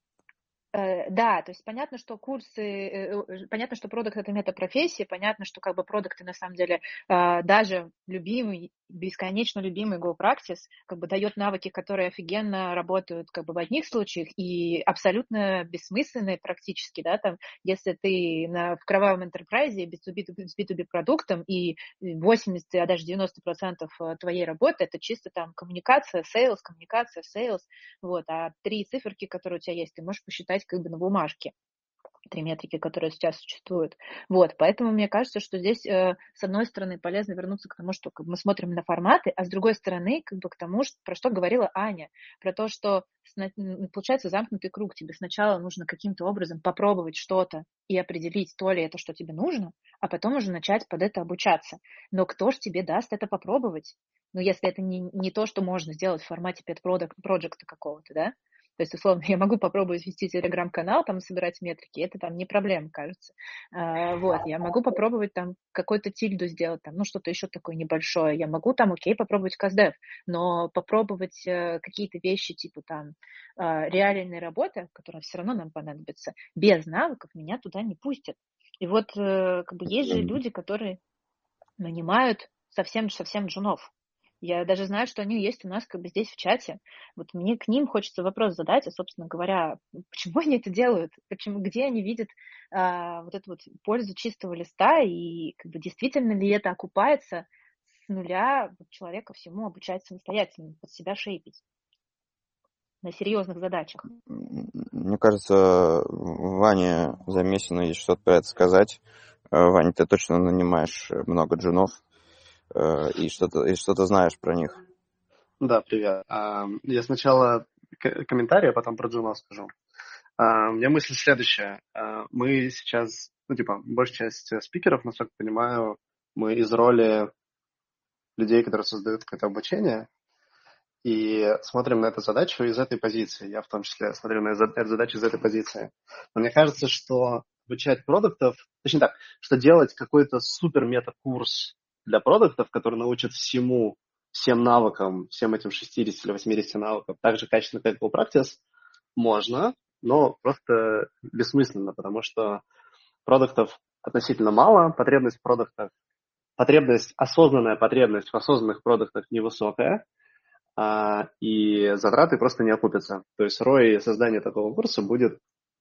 Э, Да, то есть понятно, что курсы, э, э, понятно, что продукт это метапрофессия, понятно, что как бы продукты на самом деле э, даже любимый, бесконечно любимый Go Practice как бы дает навыки, которые офигенно работают как бы в одних случаях и абсолютно бессмысленные практически, да, там, если ты на, в кровавом enterprise без би ту би, с би ту би продуктом и восемьдесят, а даже девяносто процентов твоей работы это чисто там коммуникация, sales, коммуникация, sales, вот, а три циферки, которые у тебя есть, ты можешь посчитать как бы на бумажке, три метрики, которые сейчас существуют. Вот, поэтому мне кажется, что здесь, э, с одной стороны, полезно вернуться к тому, что как бы, мы смотрим на форматы, а с другой стороны, как бы к тому, что, про что говорила Аня, про то, что сна- м, получается замкнутый круг. Тебе сначала нужно каким-то образом попробовать что-то и определить, то ли это, что тебе нужно, а потом уже начать под это обучаться. Но кто ж тебе даст это попробовать? Ну, если это не, не то, что можно сделать в формате pet product, проекта какого-то, да? То есть, условно, я могу попробовать вести телеграм-канал, там, собирать метрики, это там не проблема, кажется. А, вот, я могу попробовать там какой-то тильду сделать, там, ну, что-то еще такое небольшое. Я могу там, окей, попробовать каздев, но попробовать э, какие-то вещи, типа там, э, реальной работы, которая все равно нам понадобится, без навыков меня туда не пустят. И вот, э, как бы, есть же люди, которые нанимают совсем-совсем джунов. Я даже знаю, что они есть у нас как бы здесь в чате. Вот мне к ним хочется вопрос задать, а, собственно говоря, почему они это делают? Почему, где они видят а, вот эту вот пользу чистого листа и как бы действительно ли это окупается с нуля вот, человека всему обучать самостоятельно, под себя шейпить на серьезных задачах? Мне кажется, Ване Замесину есть что-то про это сказать. Ваня, ты точно нанимаешь много джунов и что-то, и что-то знаешь про них. Да, привет. Я сначала комментарий, а потом про джунов скажу. У меня мысль следующая. Мы сейчас, ну, типа, большая часть спикеров, насколько я понимаю, мы из роли людей, которые создают какое-то обучение, и смотрим на эту задачу из этой позиции. Я в том числе смотрю на эту задачу из этой позиции. Но мне кажется, что обучать продуктов, точнее так, что делать какой-то супер мета-курс для продуктов, который научит всему, всем навыкам, всем этим шестидесяти или восьмидесяти навыкам, так же качественно, как Go Practice, можно, но просто бессмысленно, потому что продуктов относительно мало, потребность в продуктах, потребность, осознанная потребность в осознанных продуктах невысокая, а, и затраты просто не окупятся. То есть рой создания такого курса будет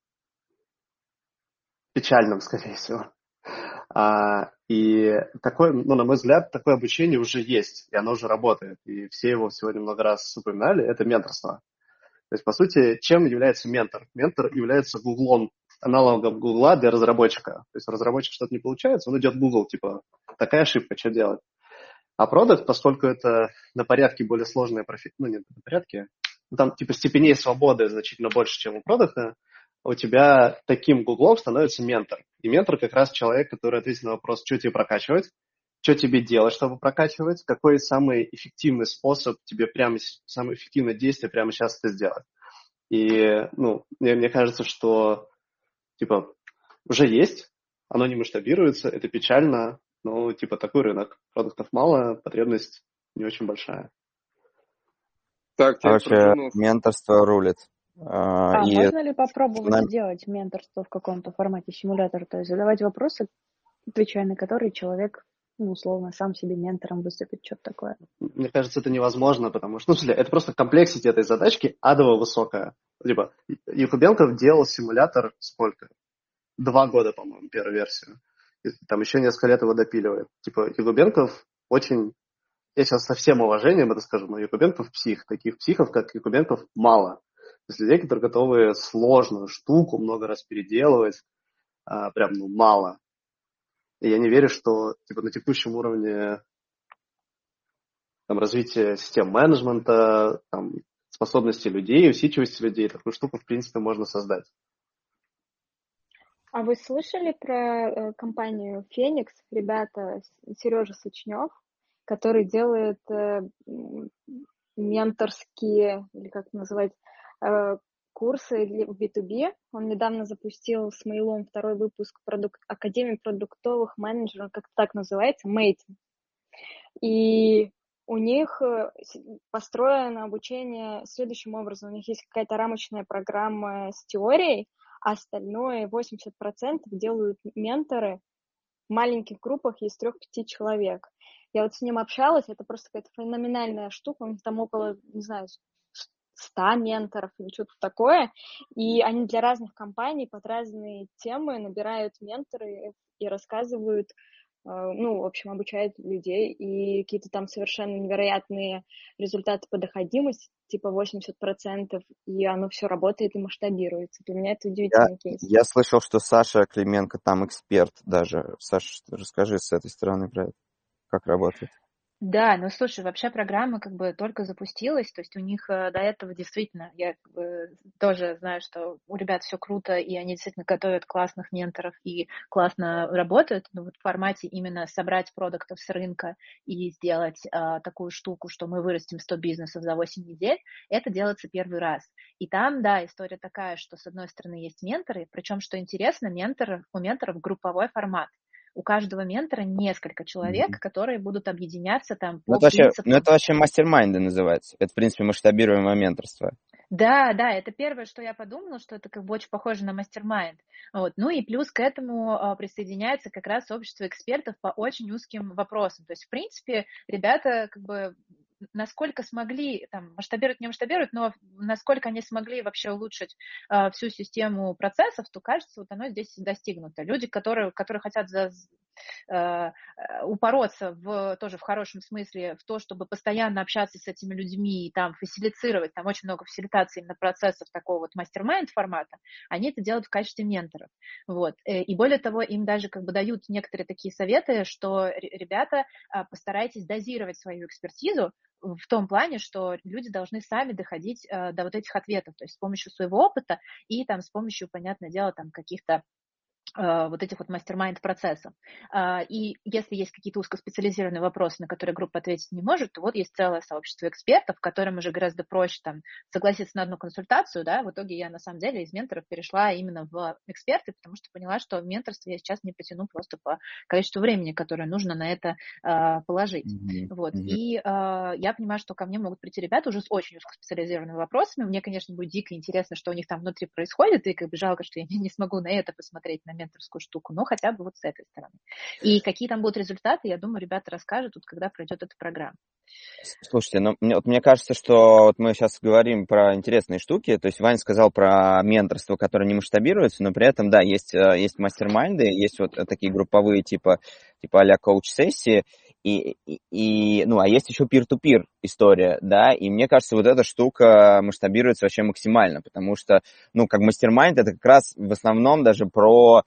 печальным, скорее всего. А, и такое, ну, на мой взгляд, такое обучение уже есть, и оно уже работает. И все его сегодня много раз упоминали, это менторство. То есть, по сути, чем является ментор? Ментор является гуглом, аналогом гугла для разработчика. То есть разработчик что-то не получается, он идет в Google, типа, такая ошибка, что делать? А продукт, поскольку это на порядке более сложная профессия, ну, нет, на порядке, ну, там, типа, степеней свободы значительно больше, чем у продукта, у тебя таким гуглом становится ментор. И ментор как раз человек, который ответит на вопрос, что тебе прокачивать, что тебе делать, чтобы прокачивать, какой самый эффективный способ тебе прямо, самое эффективное действие прямо сейчас это сделать. И, ну, мне, мне кажется, что, типа, уже есть, оно не масштабируется, это печально, но, типа, такой рынок. Продуктов мало, потребность не очень большая. Так, Короче, менторство рулит. А И можно ли попробовать нам- сделать менторство в каком-то формате симулятора? То есть задавать вопросы, отвечая на которые человек, ну, условно, сам себе ментором выступит, что-то такое. Мне кажется, это невозможно, потому что, ну, в смысле, это просто комплексити этой задачки адово высокая. Типа, Якубенков делал симулятор сколько? Два года, по-моему, первую версию. И там еще несколько лет его допиливает. Типа, Якубенков очень... Я сейчас со всем уважением это скажу, но Якубенков псих. Таких психов, как Якубенков, мало. То есть людей, которые готовы сложную штуку много раз переделывать, а, прям, ну, мало. И я не верю, что типа, на текущем уровне там, развития систем менеджмента, там, способности людей, усидчивости людей, такую штуку, в принципе, можно создать. А вы слышали про э, компанию Феникс? Ребята, Сережа Сочнев, который делает э, м, менторские, или как это называть, э, курсы для би ту би. Он недавно запустил с Мейлом второй выпуск продукт, Академии продуктовых менеджеров, как так называется, Мейтинг. И у них э, с- построено обучение следующим образом. У них есть какая-то рамочная программа с теорией, а остальное восемьдесят процентов делают менторы в маленьких группах из трех-пяти человек. Я вот с ним общалась, это просто какая-то феноменальная штука, у них там около, не знаю, ста менторов или что-то такое, и они для разных компаний под разные темы набирают менторы и рассказывают, э, ну, в общем, обучают людей, и какие-то там совершенно невероятные результаты по доходимости, типа восемьдесят процентов, и оно все работает и масштабируется. Для меня это Я, удивительный кейс. я слышал, что Саша Клименко там эксперт даже. Саша, расскажи с этой стороны про это, как работает. Да, ну слушай, вообще программа как бы только запустилась, то есть у них э, до этого действительно, я как бы тоже знаю, что у ребят все круто, и они действительно готовят классных менторов и классно работают, но вот в формате именно собрать продуктов с рынка и сделать э, такую штуку, что мы вырастим сто бизнесов за восемь недель, это делается первый раз. И там, да, история такая, что с одной стороны есть менторы, причем, что интересно, менторы, у менторов групповой формат. У каждого ментора несколько человек, Мгм. которые будут объединяться там Ну, по это вообще, ну, принципам. это вообще мастер-майнды называется. Это, в принципе, масштабируемое менторство. Да, да, это первое, что я подумала, что это как бы очень похоже на мастер-майнд. Вот. Ну и плюс к этому а, присоединяется как раз общество экспертов по очень узким вопросам. То есть, в принципе, ребята как бы насколько смогли, там, масштабируют, не масштабируют, но насколько они смогли вообще улучшить а, всю систему процессов, то, кажется, вот оно здесь достигнуто. Люди, которые, которые хотят за, э, упороться в, тоже в хорошем смысле в то, чтобы постоянно общаться с этими людьми и там фасилицировать, там очень много фасилитации именно процессов такого вот мастер-майнд формата, они это делают в качестве менторов. Вот. И более того, им даже как бы дают некоторые такие советы, что, ребята, постарайтесь дозировать свою экспертизу в том плане, что люди должны сами доходить до вот этих ответов, то есть с помощью своего опыта и там с помощью, понятное дело, там каких-то вот этих вот мастер-майнд процессов. И если есть какие-то узкоспециализированные вопросы, на которые группа ответить не может, то вот есть целое сообщество экспертов, которым уже гораздо проще там согласиться на одну консультацию, да, в итоге я на самом деле из менторов перешла именно в эксперты, потому что поняла, что в менторстве я сейчас не потяну просто по количеству времени, которое нужно на это uh, положить. Mm-hmm. Вот. Mm-hmm. И uh, я понимаю, что ко мне могут прийти ребята уже с очень узкоспециализированными вопросами, мне, конечно, будет дико интересно, что у них там внутри происходит, и как бы жалко, что я не смогу на это посмотреть, на менторскую штуку, но хотя бы вот с этой стороны. И какие там будут результаты, я думаю, ребята расскажут, вот, когда пройдет эта программа. Слушайте, ну, мне, вот мне кажется, что вот мы сейчас говорим про интересные штуки, то есть Ваня сказал про менторство, которое не масштабируется, но при этом, да, есть, есть мастер-майнды, есть вот такие групповые типа, типа а-ля коуч-сессии, и, и, и, ну, а есть еще peer-to-peer история, да, и мне кажется, вот эта штука масштабируется вообще максимально, потому что, ну, как мастер-майнд, это как раз в основном даже про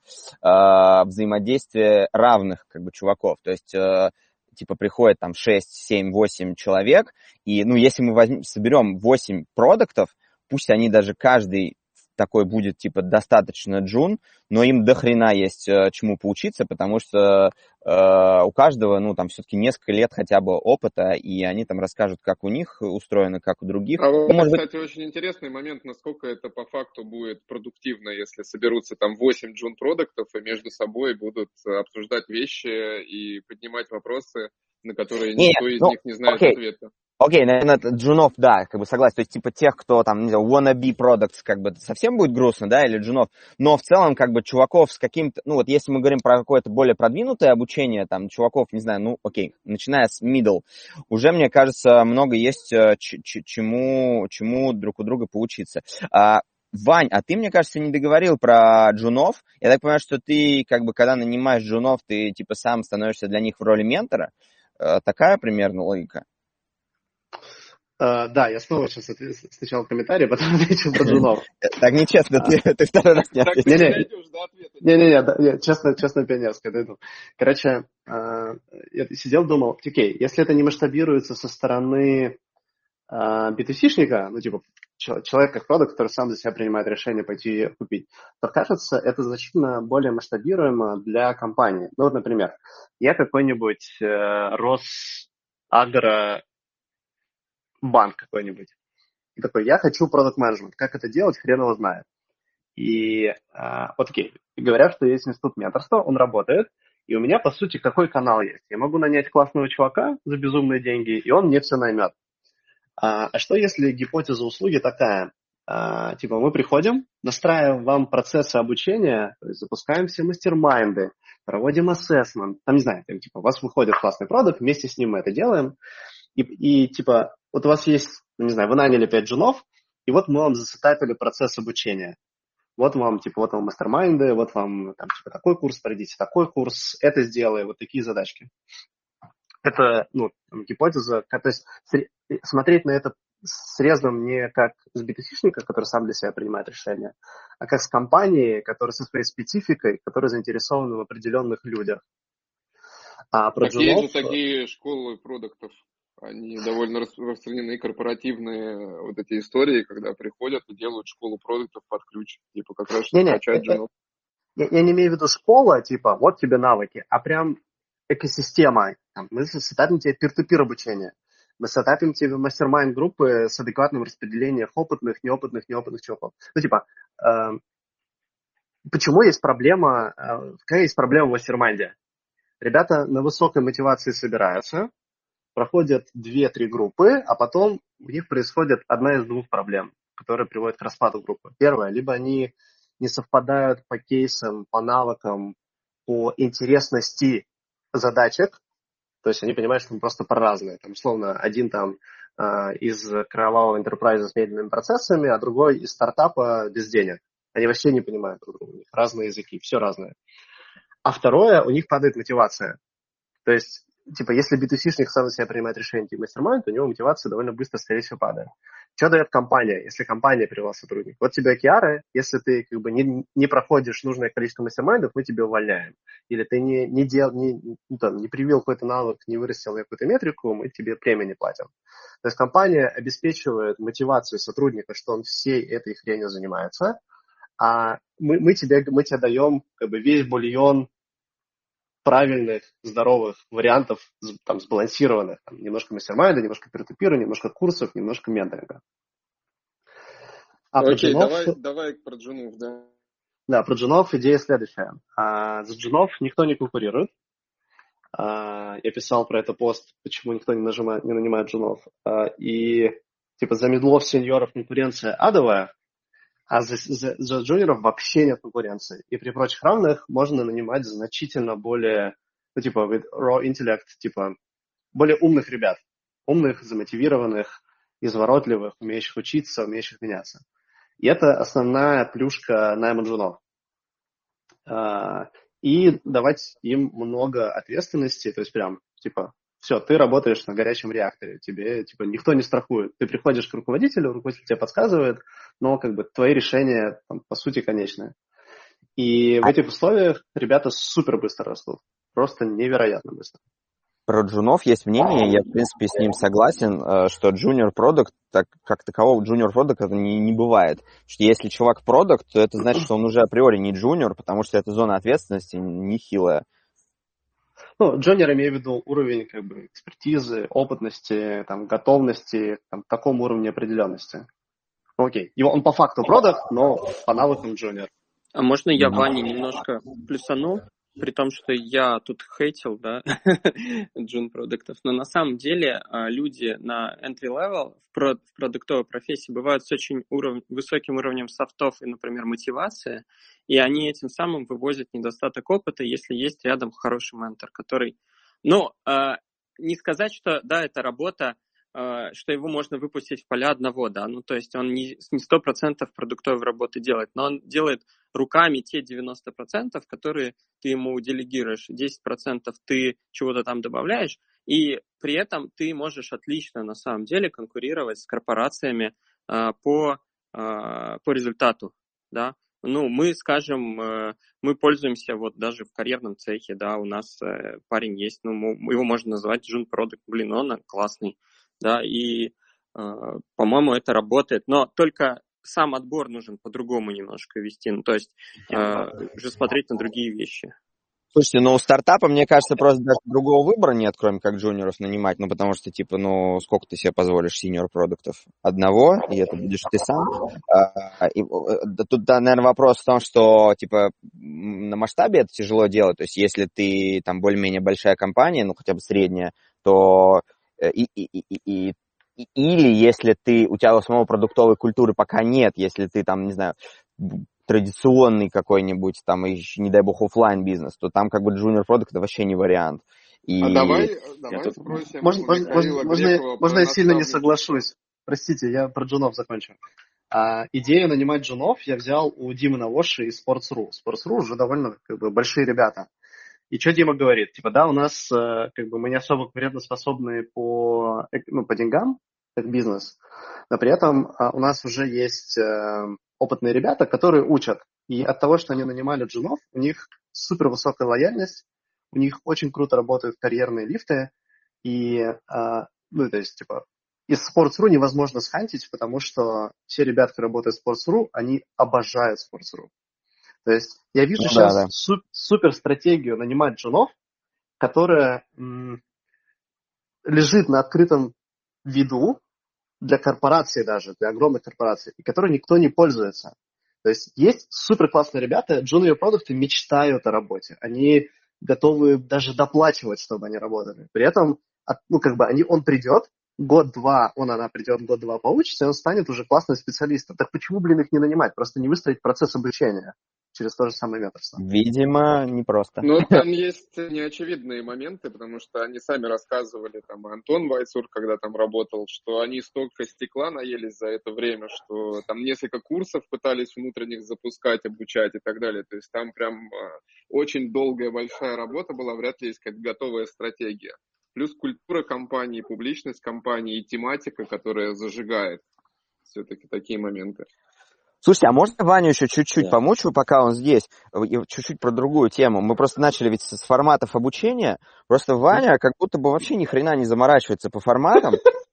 э, взаимодействие равных, как бы, чуваков, то есть, э, типа, приходит там шесть, семь, восемь человек, и, ну, если мы возьмем, соберем восемь продуктов, пусть они даже каждый такой будет, типа, достаточно джун, но им до хрена есть э, чему поучиться, потому что э, у каждого, ну, там, все-таки несколько лет хотя бы опыта, и они там расскажут, как у них устроено, как у других. А вот, ну, может кстати, быть... очень интересный момент, насколько это по факту будет продуктивно, если соберутся там восемь джун-продуктов и между собой будут обсуждать вещи и поднимать вопросы, на которые не, никто из ну, них не знает окей. ответа. Окей, наверное, джунов, да, как бы согласен. То есть, типа, тех, кто там, не знаю, wannabe products, как бы, совсем будет грустно, да, или джунов. Но в целом, как бы, чуваков с каким-то, ну, вот если мы говорим про какое-то более продвинутое обучение, там, чуваков, не знаю, ну, окей, начиная с middle, уже, мне кажется, много есть ч- ч- чему, чему друг у друга поучиться. А, Вань, а ты, мне кажется, не договорил про джунов. Я так понимаю, что ты, как бы, когда нанимаешь джунов, ты, типа, сам становишься для них в роли ментора. Такая примерно логика? Uh, да, я снова сейчас ответ... сначала комментарий, потом отвечу про джунов. Так нечестно, ты второй раз не ответил. Так ты не дойдешь до ответа. Не-не-не, честно, честно, пионерское дойду. Короче, я сидел, думал, окей, если это не масштабируется со стороны би ту си-шника, ну, типа, человек как продакт, который сам за себя принимает решение пойти купить, то, кажется, это значительно более масштабируемо для компании. Ну, вот, например, я какой-нибудь Росагро банк какой-нибудь. И такой, я хочу продакт-менеджмент. Как это делать, хрен его знает. И а, вот окей, говорят, что есть институт менторства, он работает, и у меня, по сути, какой канал есть? Я могу нанять классного чувака за безумные деньги, и он мне все наймет. А, а что если гипотеза услуги такая? А, типа мы приходим, настраиваем вам процессы обучения, то есть запускаем все мастер-майнды, проводим ассессмент, там, не знаю, там, типа у вас выходит классный продукт, вместе с ним мы это делаем, и, и типа вот у вас есть, не знаю, вы наняли пять джунов, и вот мы вам засетапили процесс обучения. Вот вам, типа, вот вам мастер-майнды, вот вам, там, типа, такой курс, пройдите такой курс, это сделай, вот такие задачки. Это, ну, гипотеза, то есть смотреть на это срезом не как с би ту си-шника, который сам для себя принимает решения, а как с компанией, которая со своей спецификой, которая заинтересована в определенных людях. А про так джунов... есть же такие школы продуктов. Они довольно распространены, корпоративные вот эти истории, когда приходят и делают школу продуктов под ключ. Типа как раз чтобы качать джунов. Я, я не имею в виду школа, типа вот тебе навыки, а прям экосистема. Там, мы сетапим тебе peer-to-peer обучение. Мы сетапим тебе мастер-майнд группы с адекватным распределением опытных, неопытных, неопытных чуваков. Ну типа, э, почему есть проблема, э, какая есть проблема в мастер-майнде? Ребята на высокой мотивации собираются, проходят две-три группы, а потом у них происходит одна из двух проблем, которые приводят к распаду группы. Первое, либо они не совпадают по кейсам, по навыкам, по интересности задачек, то есть они понимают, что мы просто по-разному. Там, условно, один там э, из кровавого энтерпрайза с медленными процессами, а другой из стартапа без денег. Они вообще не понимают друг друга, у них разные языки, все разное. А второе, у них падает мотивация. То есть типа, если би ту си-шник сам за себя принимает решение типа мастер-майнд, у него мотивация довольно быстро, скорее всего, падает. Что дает компания, если компания привела сотрудника? Вот тебе океары, если ты как бы не, не проходишь нужное количество мастер-майндов, мы тебя увольняем. Или ты не, не, дел, не, ну, там, не привил какой-то навык, не вырастил какую-то метрику, мы тебе премию не платим. То есть компания обеспечивает мотивацию сотрудника, что он всей этой хренью занимается, а мы, мы, тебе, мы тебе даем как бы весь бульон правильных, здоровых вариантов, там, сбалансированных. Там, немножко мастер-майнда, немножко peer-to-peer, немножко курсов, немножко менторинга. А Окей, про джунов... давай, давай про джунов, да. Да, про джунов идея следующая. А, за джунов никто не конкурирует. А, я писал про это пост, почему никто не, нажимает, не нанимает джунов. А, и типа за медлов, сеньоров конкуренция адовая, а за, за, за джуниоров вообще нет конкуренции. И при прочих равных можно нанимать значительно более, ну, типа, with raw intellect, типа, более умных ребят. Умных, замотивированных, изворотливых, умеющих учиться, умеющих меняться. И это основная плюшка найма джунов. И давать им много ответственности, то есть прям, типа, все, ты работаешь на горячем реакторе, тебе, типа, никто не страхует. Ты приходишь к руководителю, руководитель тебе подсказывает, но, как бы, твои решения, там, по сути, конечные. И в этих условиях ребята супер быстро растут. Просто невероятно быстро. Про джунов есть мнение, я, в принципе, с ним согласен, что junior product, так, как такового junior product это не, не бывает. Что если чувак product, то это значит, что он уже априори не junior, потому что эта зона ответственности нехилая. Ну, джуниор, имею в виду уровень как бы экспертизы, опытности, там, готовности, там, к такому уровню определенности. Окей, его, он по факту продакт, но по навыкам джуниор. А можно я Ване немножко плюсану? при том, что я тут хейтил, да, джун продуктов, но на самом деле люди на entry level в, про- в продуктовой профессии бывают с очень уров- высоким уровнем софтов и, например, мотивации, и они этим самым вывозят недостаток опыта, если есть рядом хороший ментор, который, ну, не сказать, что, да, это работа, что его можно выпустить в поля одного, да, ну, то есть он не сто процентов продуктовой работы делает, но он делает руками те девяносто процентов, которые ты ему делегируешь, десять процентов ты чего-то там добавляешь, и при этом ты можешь отлично, на самом деле, конкурировать с корпорациями а, по, а, по результату, да. Ну, мы, скажем, мы пользуемся вот даже в карьерном цехе, да, у нас парень есть, ну, его можно назвать June Product, блин, он классный, да, и, по-моему, это работает, но только сам отбор нужен по-другому немножко вести, ну, то есть уже смотреть на другие вещи. Слушайте, ну у стартапа, мне кажется, просто даже другого выбора нет, кроме как джуниоров нанимать, ну потому что, типа, ну сколько ты себе позволишь синьор-продуктов? Одного, и это будешь ты сам. А, и, тут, да, наверное, вопрос в том, что, типа, на масштабе это тяжело делать, то есть если ты там более-менее большая компания, ну хотя бы средняя, то и, и, и, и, и, или если ты, у тебя у самого продуктовой культуры пока нет, если ты там, не знаю, традиционный какой-нибудь, там, еще, не дай бог, офлайн бизнес, то там как бы junior product это вообще не вариант. И... А давай, давай тут... спросим можно, у Михаила можно, Грекова можно я сильно не наставничество. соглашусь? Простите, я про джунов закончу. А, идею нанимать джунов я взял у Димы Навоши из Sports.ru. Sports.ru уже довольно как бы большие ребята. И что Дима говорит? Типа, да, у нас как бы мы не особо конкурентоспособны по, ну, по деньгам, как бизнес, но при этом у нас уже есть опытные ребята, которые учат. И от того, что они нанимали джунов, у них супер высокая лояльность, у них очень круто работают карьерные лифты, и, ну, то есть, типа, из Sports.ru невозможно схантить, потому что все ребята, которые работают в Sports.ru, они обожают Sports.ru. То есть я вижу ну, сейчас да, да. Суп, супер стратегию нанимать джунов, которая м, лежит на открытом виду для корпораций даже, для огромных корпораций, и которой никто не пользуется. То есть есть супер классные ребята, junior продукты мечтают о работе, они готовы даже доплачивать, чтобы они работали. При этом, ну, как бы они, он придет, год-два, он, она придет, год-два поучится, и он станет уже классным специалистом. Так почему, блин, их не нанимать? Просто не выстроить процесс обучения через то же самое менторство. Видимо, непросто. Ну, там есть неочевидные моменты, потому что они сами рассказывали, там, Антон Вайцур, когда там работал, что они столько стекла наелись за это время, что там несколько курсов пытались внутренних запускать, обучать и так далее. То есть там прям очень долгая, большая работа была, вряд ли есть какая-то готовая стратегия. Плюс культура компании, публичность компании и тематика, которая зажигает все-таки такие моменты. Слушайте, а можно Ваню еще чуть-чуть yeah. помучу, пока он здесь, и чуть-чуть про другую тему? Мы просто начали ведь с форматов обучения, просто Ваня как будто бы вообще ни хрена не заморачивается по форматам.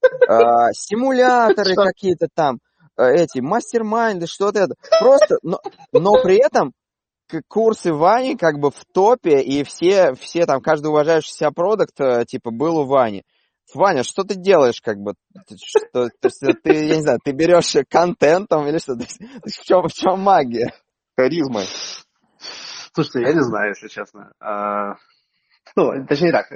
Симуляторы какие-то там, эти, мастер-майнды, что-то это. Просто, но при этом курсы Вани как бы в топе, и все, все там, каждый уважающий себя продукт, типа, был у Вани. Ваня, что ты делаешь, как бы, что, то есть, ты, я не знаю, ты берешь контентом или что? В чем, в чем магия? Харизмой. Слушайте, я не знаю, если честно. А, ну, точнее так,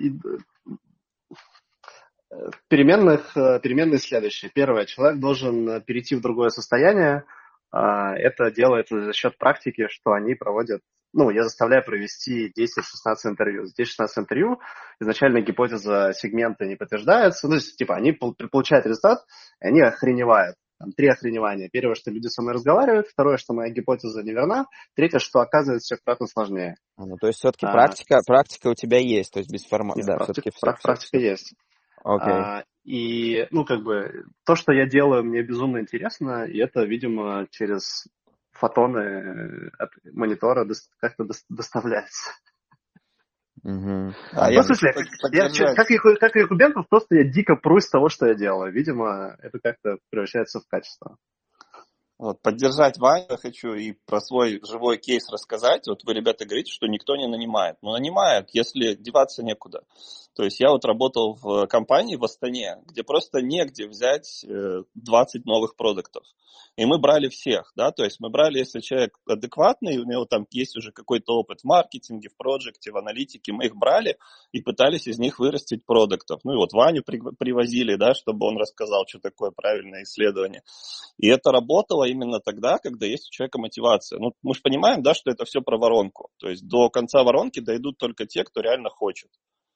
переменных, переменные следующие. Первое, человек должен перейти в другое состояние. Это делается за счет практики, что они проводят. Ну, я заставляю провести десять-шестнадцать интервью. Здесь шестнадцать интервью, изначально гипотеза сегмента не подтверждается. Ну, то есть, типа, они получают результат, и они охреневают. Там три охреневания. Первое, что люди со мной разговаривают. Второе, что моя гипотеза неверна. Третье, что оказывается все кратно сложнее. Ну, то есть, все-таки а, практика, практика у тебя есть, то есть без формата. Да, практика, все, практика все. Есть. Okay. А, и, ну, как бы, то, что я делаю, мне безумно интересно, и это, видимо, через фотоны от монитора как-то доставляется. Uh-huh. А, ну, в смысле, я, как, и, как и Кубенков, просто я дико прусь того, что я делаю. Видимо, это как-то превращается в качество. Вот, поддержать Ваню хочу и про свой живой кейс рассказать. Вот вы, ребята, говорите, что никто не нанимает. Ну, нанимают, если деваться некуда. То есть я вот работал в компании в Астане, где просто негде взять двадцать новых продуктов. И мы брали всех, да, то есть мы брали, если человек адекватный, у него там есть уже какой-то опыт в маркетинге, в проекте, в аналитике, мы их брали и пытались из них вырастить продуктов. Ну и вот Ваню привозили, да, чтобы он рассказал, что такое правильное исследование. И это работало именно тогда, когда есть у человека мотивация. Ну, мы же понимаем, да, что это все про воронку. То есть до конца воронки дойдут только те, кто реально хочет.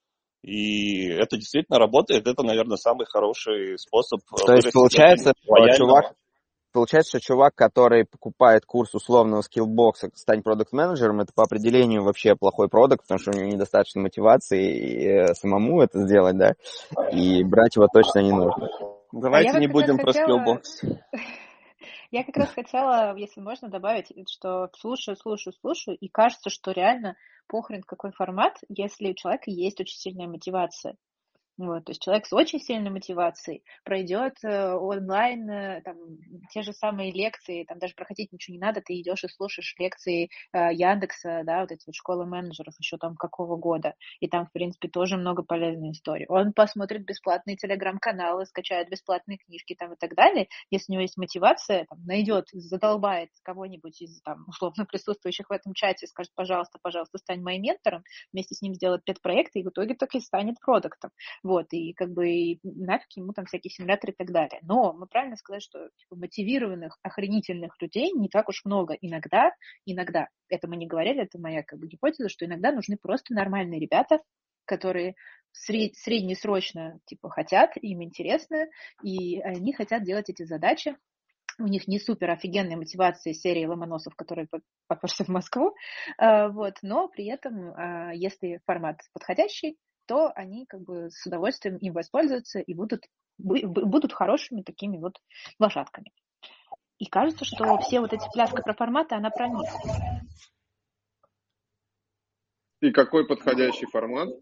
И это действительно работает. Это, наверное, самый хороший способ. То есть получается, что чувак, получается, что чувак, который покупает курс условного скиллбокса «Стань продакт-менеджером», это по определению вообще плохой продукт, потому что у него недостаточно мотивации самому это сделать, да, и брать его точно не нужно. Давайте а не будем про скиллбокс. Я как раз хотела, если можно, добавить, что слушаю, слушаю, слушаю, и кажется, что реально похрен какой формат, если у человека есть очень сильная мотивация. Вот, то есть человек с очень сильной мотивацией пройдет э, онлайн э, там, те же самые лекции, там даже проходить ничего не надо, ты идешь и слушаешь лекции э, Яндекса, да, вот эти вот школы менеджеров еще там какого года, и там, в принципе, тоже много полезной истории. Он посмотрит бесплатные телеграм-каналы, скачает бесплатные книжки там и так далее, если у него есть мотивация, там, найдет, задолбает кого-нибудь из там условно присутствующих в этом чате, скажет, пожалуйста, пожалуйста, стань моим ментором, вместе с ним сделает пет-проект, и в итоге так и станет продуктом. Вот, и как бы и нафиг ему там всякие симуляторы и так далее. Но мы правильно сказали, что типа, мотивированных, охренительных людей не так уж много. Иногда, иногда, это мы не говорили, это моя как бы гипотеза, что иногда нужны просто нормальные ребята, которые сред, среднесрочно типа хотят, им интересно, и они хотят делать эти задачи. У них не супер офигенная мотивация серии ломоносов, которые попёрся в Москву, вот, но при этом, если формат подходящий, то они как бы с удовольствием им воспользуются и будут, будут хорошими такими вот лошадками. И кажется, что все вот эти пляска про форматы, она про них. И какой подходящий формат?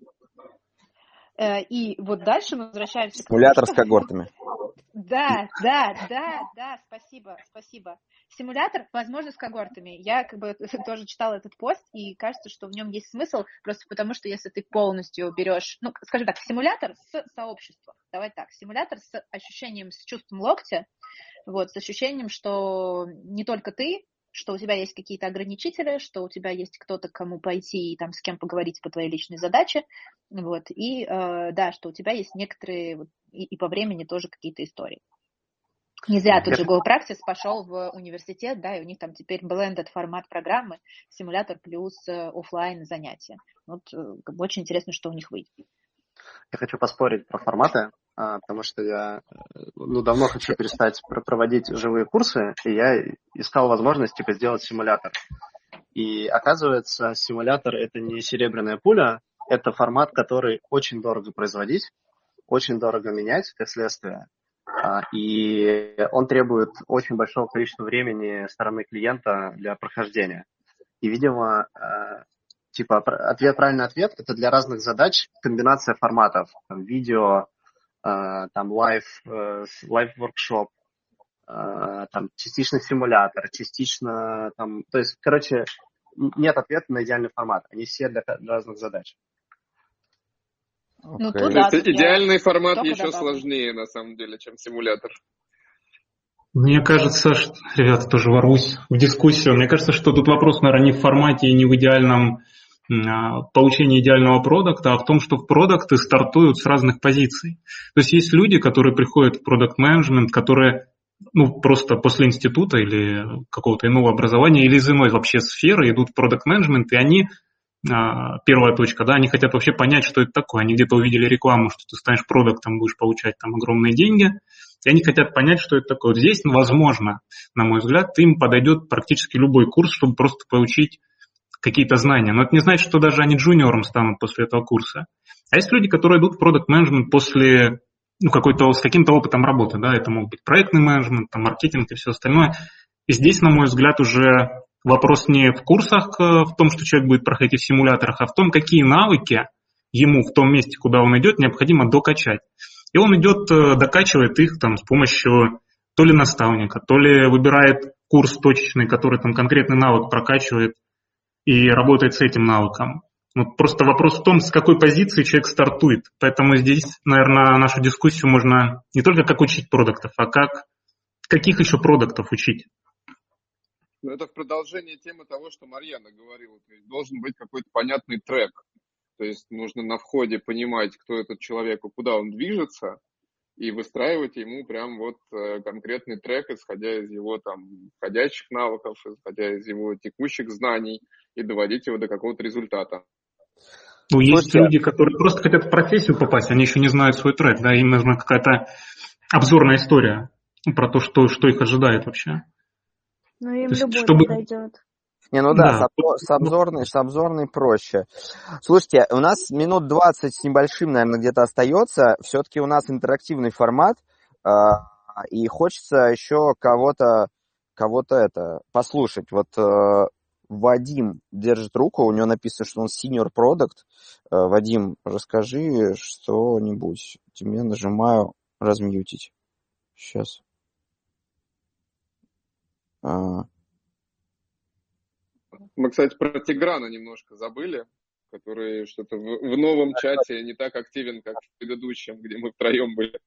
И вот дальше мы возвращаемся... Симулятор с когортами. Да, да, да, да, спасибо, спасибо. Симулятор, возможно, с когортами. Я как бы тоже читала этот пост, и кажется, что в нем есть смысл, просто потому что если ты полностью берешь, ну, скажем так, симулятор с сообществом, давай так, симулятор с ощущением, с чувством локтя, вот, с ощущением, что не только ты, что у тебя есть какие-то ограничители, что у тебя есть кто-то, к кому пойти и там с кем поговорить по твоей личной задаче, вот, и э, да, что у тебя есть некоторые, вот, и, и по времени тоже какие-то истории. Не зря тут же Go Practice пошел в университет, да, и у них там теперь blended формат программы, симулятор плюс офлайн занятия. Вот как бы очень интересно, что у них выйдет. Я хочу поспорить про форматы, потому что я ну, давно хочу перестать проводить живые курсы, и я искал возможность типа сделать симулятор. И оказывается, симулятор — это не серебряная пуля, это формат, который очень дорого производить, очень дорого менять, как следствие. И он требует очень большого количества времени со стороны клиента для прохождения. И, видимо, типа ответ, правильный ответ – это для разных задач комбинация форматов. Там, видео, там лайв, лайв-воркшоп, там частично симулятор, частично там… То есть, короче, нет ответа на идеальный формат. Они все для, для разных задач. Ну, okay. тут, То да, есть идеальный формат еще добавлю. Сложнее, на самом деле, чем симулятор. Мне кажется, что, ребята, тоже ворвусь в дискуссию, мне кажется, что тут вопрос, наверное, не в формате и не в идеальном а, получении идеального продукта, а в том, что в продукты стартуют с разных позиций. То есть есть люди, которые приходят в продакт-менеджмент, которые ну, просто после института или какого-то иного образования или из иной вообще сферы идут в продакт-менеджмент, и они… Первая точка, да, они хотят вообще понять, что это такое. Они где-то увидели рекламу, что ты станешь продуктом, будешь получать там огромные деньги, и они хотят понять, что это такое. Вот здесь, возможно, на мой взгляд, им подойдет практически любой курс, чтобы просто получить какие-то знания. Но это не значит, что даже они джуниором станут после этого курса. А есть люди, которые идут в продакт-менеджмент после ну, какой-то, с каким-то опытом работы, да, это могут быть проектный менеджмент, там, маркетинг и все остальное. И здесь, на мой взгляд, уже вопрос не в курсах, в том, что человек будет проходить в симуляторах, а в том, какие навыки ему в том месте, куда он идет, необходимо докачать. И он идет, докачивает их там, с помощью то ли наставника, то ли выбирает курс точечный, который там конкретный навык прокачивает и работает с этим навыком. Вот просто вопрос в том, с какой позиции человек стартует. Поэтому здесь, наверное, нашу дискуссию можно не только как учить продуктов, а как каких еще продуктов учить. Ну, это в продолжение темы того, что Марьяна говорила. То есть должен быть какой-то понятный трек. То есть нужно на входе понимать, кто этот человек и куда он движется, и выстраивать ему прям вот конкретный трек, исходя из его там входящих навыков, исходя из его текущих знаний, и доводить его до какого-то результата. Ну, есть люди, которые просто хотят в профессию попасть, они еще не знают свой трек, да, им нужна какая-то обзорная история про то, что, что их ожидает вообще. Ну, им есть, любой чтобы... подойдет. Не, ну да, да. С, обзор, с, обзорной, с обзорной проще. Слушайте, у нас минут двадцать с небольшим, наверное, где-то остается. Все-таки у нас интерактивный формат, э, и хочется еще кого-то, кого-то это послушать. Вот э, Вадим держит руку, у него написано, что он senior product. Э, Вадим, расскажи что-нибудь. Тебе нажимаю размьютить. Сейчас. А... Мы, кстати, про Тиграна немножко забыли, который что-то в, в новом чате не так активен, как в предыдущем, где мы втроем были.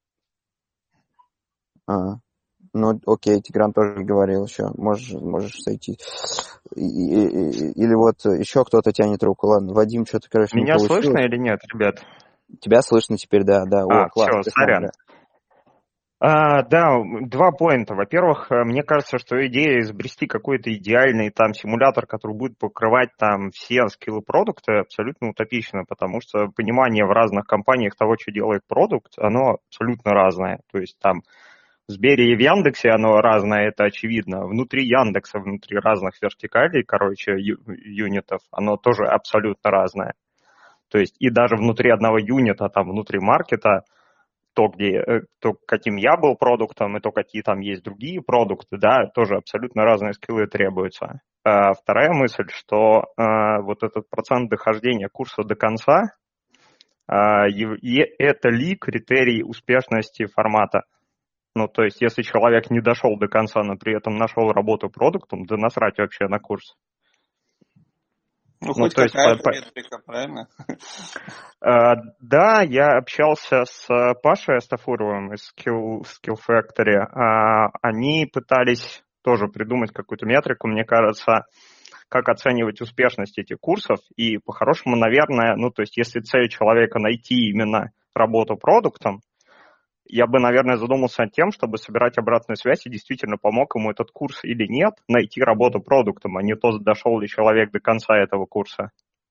А, ну, окей, Тигран тоже говорил еще. Можешь, можешь сойти. И, и, и, или вот еще кто-то тянет руку. Ладно, Вадим, что-то, короче, Меня не получилось. слышно или нет, ребят? Тебя слышно теперь, да, да. А, О, класс. все, сорян. А, да, два поинта. Во-первых, мне кажется, что идея изобрести какой-то идеальный там симулятор, который будет покрывать там все скиллы продукта, абсолютно утопично, потому что понимание в разных компаниях того, что делает продукт, оно абсолютно разное. То есть там в Сбере и в Яндексе оно разное, это очевидно. Внутри Яндекса, внутри разных вертикалей, короче, ю- юнитов, оно тоже абсолютно разное. То есть и даже внутри одного юнита, там внутри маркета, то, где, то, каким я был продуктом, и то, какие там есть другие продукты, да, тоже абсолютно разные скиллы требуются. А вторая мысль, что а, вот этот процент дохождения курса до конца, а, и, и это ли критерий успешности формата? Ну, то есть, если человек не дошел до конца, но при этом нашел работу продуктом, да насрать вообще на курс. Ну, ну хоть то есть, какая-то по, метрика, правильно? Uh, да, я общался с Пашей Астафуровым из Skill, Skill Factory. Uh, они пытались тоже придумать какую-то метрику, мне кажется, как оценивать успешность этих курсов. И по-хорошему, наверное, ну, то есть, если цель человека найти именно работу продуктом, я бы, наверное, задумался над тем, чтобы собирать обратную связь и действительно помог ему этот курс или нет найти работу продуктом, а не то, дошел ли человек до конца этого курса.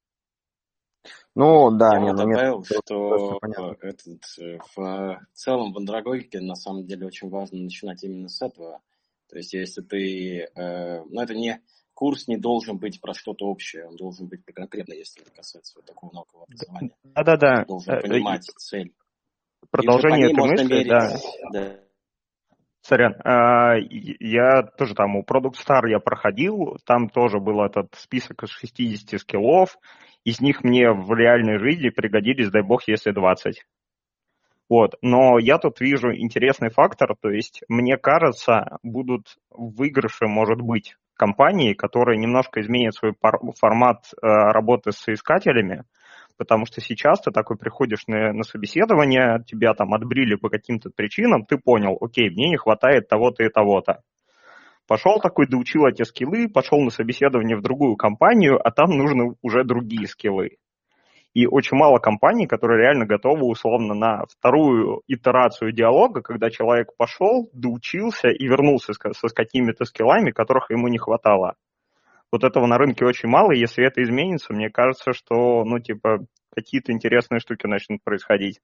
Ну, да, Я не, бы ну, добавил, нет, что понятно. этот, в целом в андрогогике на самом деле очень важно начинать именно с этого. То есть если ты... Э, ну, это не... Курс не должен быть про что-то общее, он должен быть конкретно, если это касается вот такого наукового образования. Да-да-да. Ты должен понимать и... цель. Продолжение этой мысли, мерить, да. да. Сорян, я тоже там у Product Star я проходил, там тоже был этот список из шестидесяти скиллов, из них мне в реальной жизни пригодились, дай бог, если двадцать. Вот, но я тут вижу интересный фактор, то есть, мне кажется, будут выигрыши, может быть, компании, которые немножко изменят свой формат работы с соискателями, потому что сейчас ты такой приходишь на, на собеседование, тебя там отбрили по каким-то причинам, ты понял, окей, мне не хватает того-то и того-то. Пошел такой, доучил эти скиллы, пошел на собеседование в другую компанию, а там нужны уже другие скиллы. И очень мало компаний, которые реально готовы условно на вторую итерацию диалога, когда человек пошел, доучился и вернулся с, с какими-то скиллами, которых ему не хватало. Вот этого на рынке очень мало, и если это изменится, мне кажется, что, ну, типа, какие-то интересные штуки начнут происходить.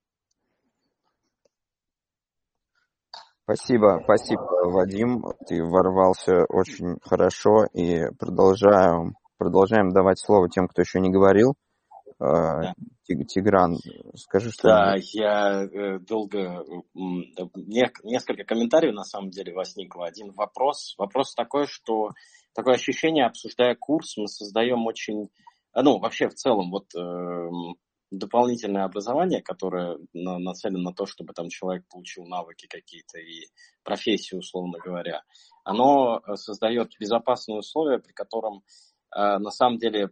Спасибо, спасибо, Вадим. Ты ворвался очень хорошо, и продолжаем, продолжаем давать слово тем, кто еще не говорил. Да. Тигран, скажи, что... Да, я долго... Несколько комментариев, на самом деле, возникло. Один вопрос. Вопрос такой, что... Такое ощущение, обсуждая курс, мы создаем очень... Ну, вообще, в целом, вот э, дополнительное образование, которое на, нацелено на то, чтобы там человек получил навыки какие-то и профессию, условно говоря, оно создает безопасные условия, при котором, э, на самом деле,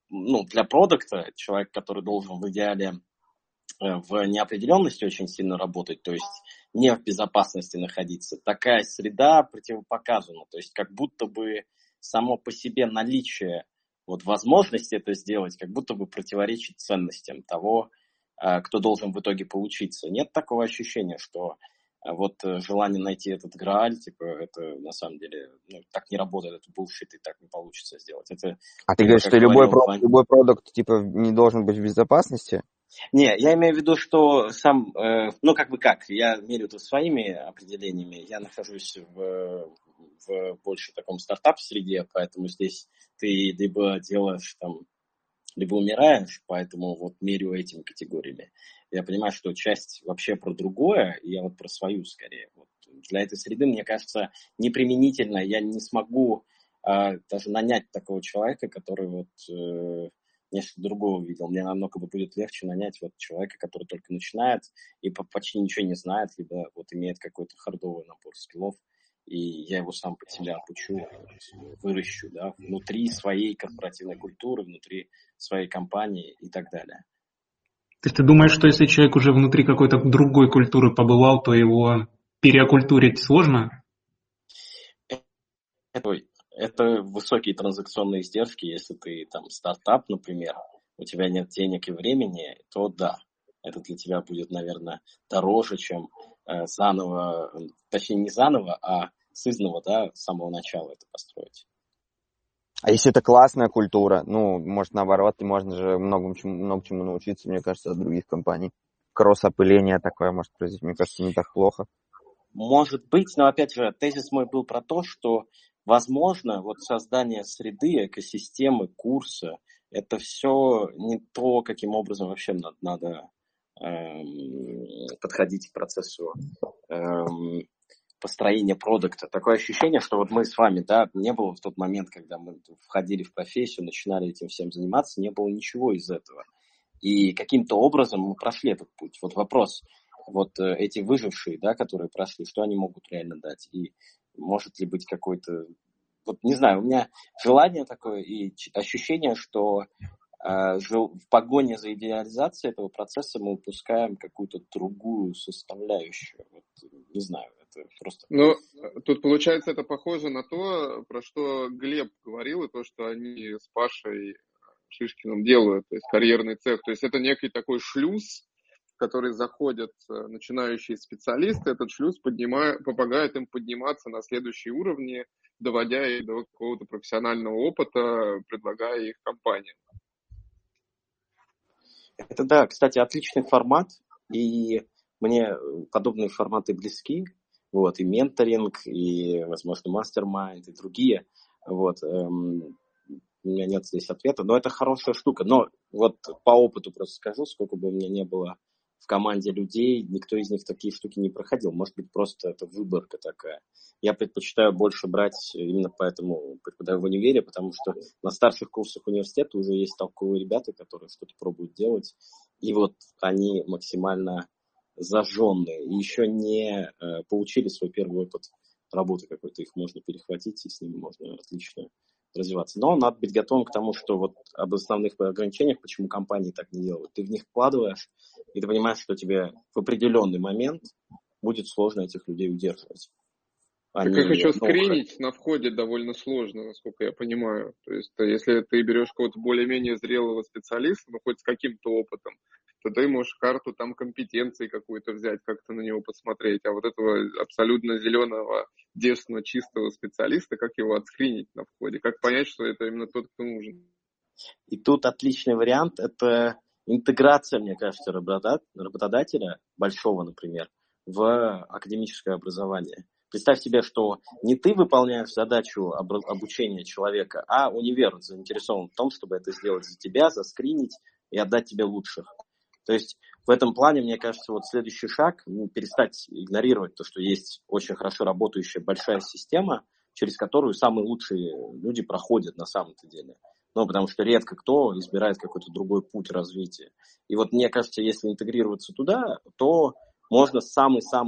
ну, для продукта человек, который должен в идеале в неопределенности очень сильно работать, то есть не в безопасности находиться, такая среда противопоказана. То есть как будто бы само по себе наличие вот возможности это сделать, как будто бы противоречит ценностям того, кто должен в итоге получиться. Нет такого ощущения, что вот желание найти этот грааль, типа, это на самом деле ну, так не работает, это bullshit, и так не получится сделать. Это, а ты говоришь, что любой, про, любой продукт типа не должен быть в безопасности? Не, я имею в виду, что сам, э, ну как бы как, я мерю это своими определениями, я нахожусь в, в больше таком стартап-среде, поэтому здесь ты либо делаешь там, либо умираешь, поэтому вот мерю этими категориями. Я понимаю, что часть вообще про другое, и я вот про свою скорее. Вот для этой среды, мне кажется, неприменительно, я не смогу э, даже нанять такого человека, который вот... Э, нечто другого видел. Мне намного будет легче нанять вот человека, который только начинает и почти ничего не знает, либо вот имеет какой-то хардовый набор скиллов, и я его сам под себя обучу, выращу, да, внутри своей корпоративной культуры, внутри своей компании и так далее. То есть ты думаешь, что если человек уже внутри какой-то другой культуры побывал, то его переокультурить сложно? Это Это высокие транзакционные издержки, если ты там стартап, например, у тебя нет денег и времени, то да, это для тебя будет, наверное, дороже, чем э, заново, точнее не заново, а с изного, да, с самого начала это построить. А если это классная культура, ну, может, наоборот, и можно же много чему, много чему научиться, мне кажется, от других компаний. Кросс-опыление такое может произойти, мне кажется, не так плохо. Может быть, но опять же, тезис мой был про то, что возможно, вот создание среды, экосистемы, курса, это все не то, каким образом вообще надо, надо эм, подходить к процессу эм, построения продукта. Такое ощущение, что вот мы с вами, да, не было в тот момент, когда мы входили в профессию, начинали этим всем заниматься, не было ничего из этого. И каким-то образом мы прошли этот путь. Вот вопрос, вот эти выжившие, да, которые прошли, что они могут реально дать? И может ли быть какой-то, вот не знаю, у меня желание такое и ощущение, что э, в погоне за идеализацией этого процесса мы упускаем какую-то другую составляющую. Вот, не знаю, это просто... Ну, тут получается это похоже на то, про что Глеб говорил, и то, что они с Пашей Шишкиным делают, то есть карьерный цех. То есть это некий такой шлюз, в который заходят начинающие специалисты, этот шлюз поднимает, помогает им подниматься на следующие уровни, доводя их до какого-то профессионального опыта, предлагая их компаниям. Это, да, кстати, отличный формат, и мне подобные форматы близки, вот, и менторинг, и, возможно, мастер-майнд, и другие, вот, эм, у меня нет здесь ответа, но это хорошая штука, но вот по опыту просто скажу, сколько бы у меня не было в команде людей, никто из них такие штуки не проходил. Может быть, просто это выборка такая. Я предпочитаю больше брать, именно поэтому преподаю в универе, потому что на старших курсах университета уже есть толковые ребята, которые что-то пробуют делать, и вот они максимально зажженные, и еще не э, получили свой первый опыт работы какой-то, их можно перехватить, и с ними можно отлично развиваться. Но надо быть готовым к тому, что вот об основных ограничениях, почему компании так не делают. Ты в них вкладываешь, и ты понимаешь, что тебе в определенный момент будет сложно этих людей удерживать. Они, так их еще ну, скринить на входе довольно сложно, насколько я понимаю. То есть, если ты берешь какого-то более-менее зрелого специалиста, ну, хоть с каким-то опытом, то ты можешь карту там компетенции какую-то взять, как-то на него посмотреть. А вот этого абсолютно зеленого, девственно чистого специалиста, как его отскринить на входе? Как понять, что это именно тот, кто нужен? И тут отличный вариант – это интеграция, мне кажется, работодателя, большого, например, в академическое образование. Представь себе, что не ты выполняешь задачу обучения человека, а универ заинтересован в том, чтобы это сделать за тебя, заскринить и отдать тебе лучших. То есть в этом плане, мне кажется, вот следующий шаг ну, – перестать игнорировать то, что есть очень хорошо работающая большая система, через которую самые лучшие люди проходят на самом-то деле. Ну, потому что редко кто избирает какой-то другой путь развития. И вот мне кажется, если интегрироваться туда, то можно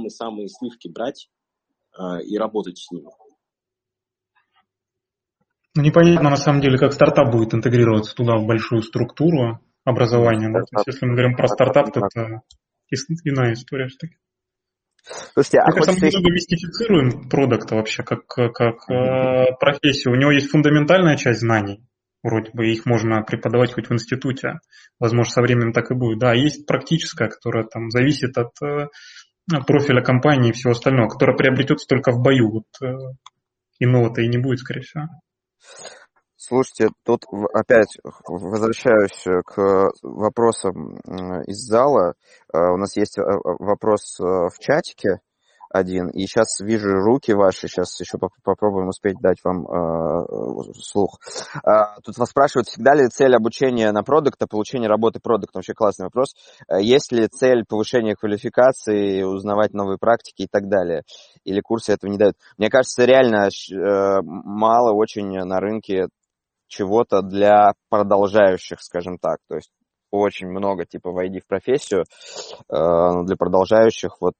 самые-самые-самые сливки брать э, и работать с ними. Ну, непонятно, на самом деле, как стартап будет интегрироваться туда, в большую структуру образования. Да? То есть, если мы говорим про стартап, то это иная история все-таки. Слушайте, а Мне кажется, хочется мы еще... немного мистифицируем продукта вообще как, как э, профессию. У него есть фундаментальная часть знаний, вроде бы их можно преподавать хоть в институте. Возможно, со временем так и будет. Да, есть практическая, которая там зависит от э, профиля компании и всего остального, которая приобретется только в бою. Вот э, иного-то и не будет, скорее всего. Слушайте, тут опять возвращаюсь к вопросам из зала. У нас есть вопрос в чатике один, и сейчас вижу руки ваши, сейчас еще попробуем успеть дать вам э, слух. Э, тут вас спрашивают, всегда ли цель обучения на продукта, получение работы продукта? Вообще классный вопрос. Есть ли цель повышения квалификации, узнавать новые практики и так далее? Или курсы этого не дают? Мне кажется, реально э, мало очень на рынке чего-то для продолжающих, скажем так. То есть очень много, типа, войди в профессию, но для продолжающих вот,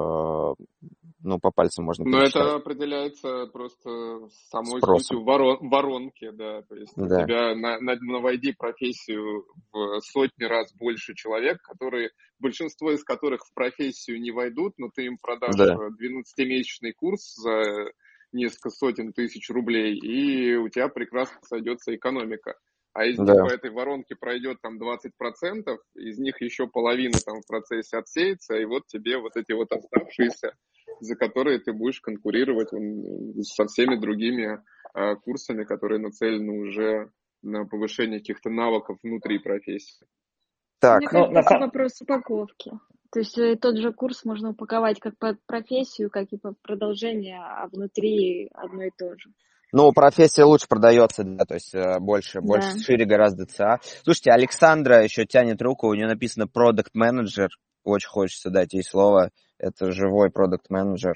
ну, по пальцам можно пересчитать. Но это определяется просто самой Спросом. сутью ворон, воронки, да, то есть Да. у тебя на, на, на войди профессию в сотни раз больше человек, которые, большинство из которых в профессию не войдут, но ты им продашь Да. двенадцатимесячный курс за несколько сотен тысяч рублей, и у тебя прекрасно сойдется экономика. А из Да. них по этой воронке пройдет там двадцать процентов, из них еще половина там в процессе отсеется, и вот тебе вот эти вот оставшиеся, за которые ты будешь конкурировать со всеми другими э, курсами, которые нацелены уже на повышение каких-то навыков внутри профессии. Так. Мне кажется, Ну, это на... вопрос упаковки. То есть э, тот же курс можно упаковать как под профессию, как и под продолжение, а внутри одно и то же. Ну, профессия лучше продается, да, то есть э, больше, больше, Да. шире гораздо ЦА. Слушайте, Александра еще тянет руку, у нее написано Product Manager, очень хочется дать ей слово, это живой Product Manager.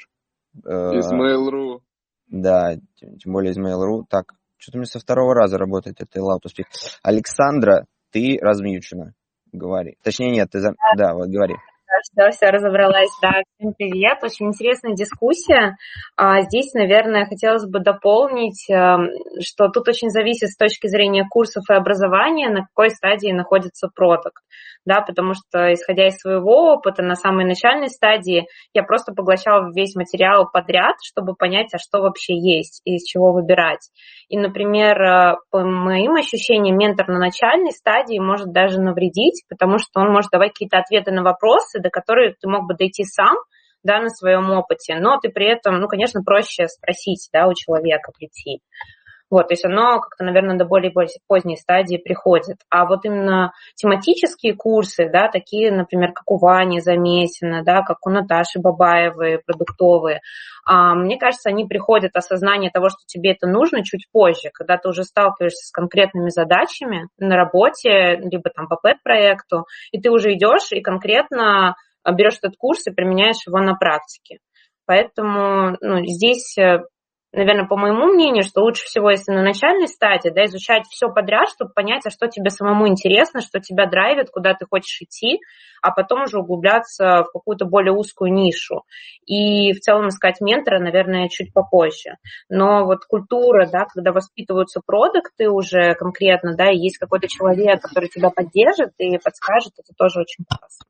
Э, Из Mail.ru. да, тем, тем более из Mail.ru. Так, что-то мне со второго раза работает это Loud to Speak. Александра, ты размьючена, говори. Точнее, нет, ты за... Да, вот говори. Да, все, разобралась. Да, всем привет. Очень интересная дискуссия. А, здесь, наверное, хотелось бы дополнить, что тут очень зависит с точки зрения курсов и образования, на какой стадии находится продукт. Да, потому что, исходя из своего опыта, на самой начальной стадии я просто поглощала весь материал подряд, чтобы понять, а что вообще есть и из чего выбирать. И, например, по моим ощущениям, ментор на начальной стадии может даже навредить, потому что он может давать какие-то ответы на вопросы, до которых ты мог бы дойти сам, да, на своем опыте, но ты при этом, ну, конечно, проще спросить, да, у человека прийти. Вот, то есть оно как-то, наверное, до более поздней стадии приходит. А вот именно тематические курсы, да, такие, например, как у Вани Замесина, да, как у Наташи Бабаевой, продуктовые, а, мне кажется, они приходят осознание того, что тебе это нужно чуть позже, когда ты уже сталкиваешься с конкретными задачами на работе, либо там по пэт-проекту, и ты уже идешь и конкретно берешь этот курс и применяешь его на практике. Поэтому, ну, здесь... Наверное, по моему мнению, что лучше всего, если на начальной стадии, да, изучать все подряд, чтобы понять, а что тебе самому интересно, что тебя драйвит, куда ты хочешь идти, а потом уже углубляться в какую-то более узкую нишу. И в целом искать ментора, наверное, чуть попозже. Но вот культура, да, когда воспитываются продукты уже конкретно, да, и есть какой-то человек, который тебя поддержит и подскажет, это тоже очень классно.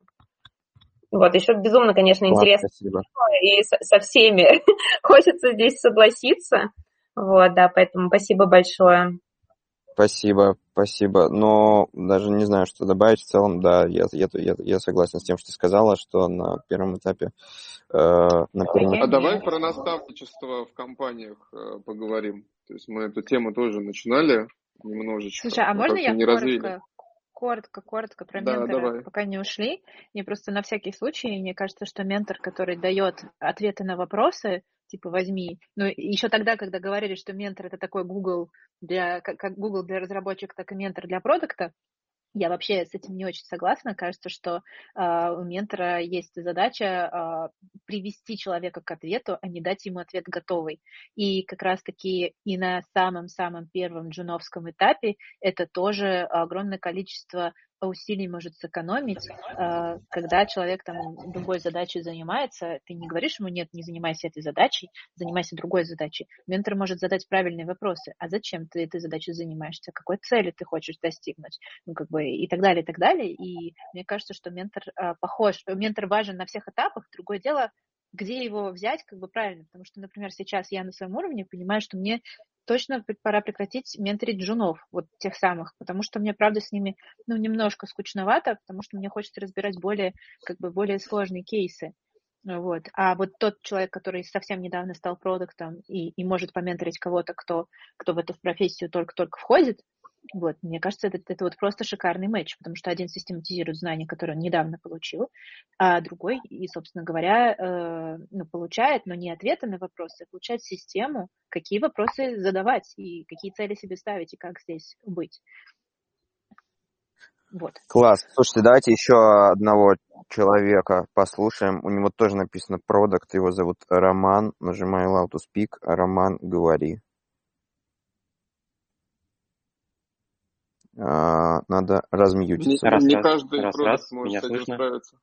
Вот, еще безумно, конечно, Класс, интересно, спасибо. и со, со всеми хочется здесь согласиться. Вот, да, поэтому спасибо большое. Спасибо, спасибо. Но даже не знаю, что добавить. В целом, да, я, я, я, я согласен с тем, что ты сказала, что на первом этапе... Э, на первом... А давай про наставничество в компаниях э, поговорим. То есть мы эту тему тоже начинали немножечко. Слушай, а можно я не коротко? развили. Коротко, коротко про Да, ментора, давай. пока не ушли. Мне просто на всякий случай, мне кажется, что ментор, который дает ответы на вопросы, типа возьми. Ну, еще тогда, когда говорили, что ментор это такой Google для, как, как Google для разработчика, так и ментор для продукта, я вообще с этим не очень согласна. Кажется, что э, у ментора есть задача э, привести человека к ответу, а не дать ему ответ готовый. И как раз-таки и на самом-самом первом джуновском этапе это тоже огромное количество усилий может сэкономить, когда человек там другой задачей занимается. Ты не говоришь ему: нет, не занимайся этой задачей, занимайся другой задачей. Ментор может задать правильные вопросы. А зачем ты этой задачей занимаешься? Какой цели ты хочешь достигнуть? Ну, как бы, и так далее, и так далее. И мне кажется, что ментор похож, ментор важен на всех этапах. Другое дело, где его взять, как бы правильно. Потому что, например, сейчас я на своем уровне понимаю, что мне точно пора прекратить менторить джунов, вот тех самых, потому что мне, правда, с ними, ну, немножко скучновато, потому что мне хочется разбирать более, как бы, более сложные кейсы. Вот. А вот тот человек, который совсем недавно стал продуктом и, и может поменторить кого-то, кто, кто в эту профессию только-только входит, вот, мне кажется, это, это вот просто шикарный матч, потому что один систематизирует знания, которые он недавно получил, а другой, и, собственно говоря, э, ну, получает, но не ответы на вопросы, а получает систему, какие вопросы задавать и какие цели себе ставить, и как здесь быть. Вот. Класс. Слушайте, давайте еще одного человека послушаем. У него тоже написано продакт, его зовут Роман. Нажимаю Allow to speak. Роман, говори. А, надо размьютиться. Не, не раз, каждый раз, продукт раз. может Меня с этим слышно? справиться.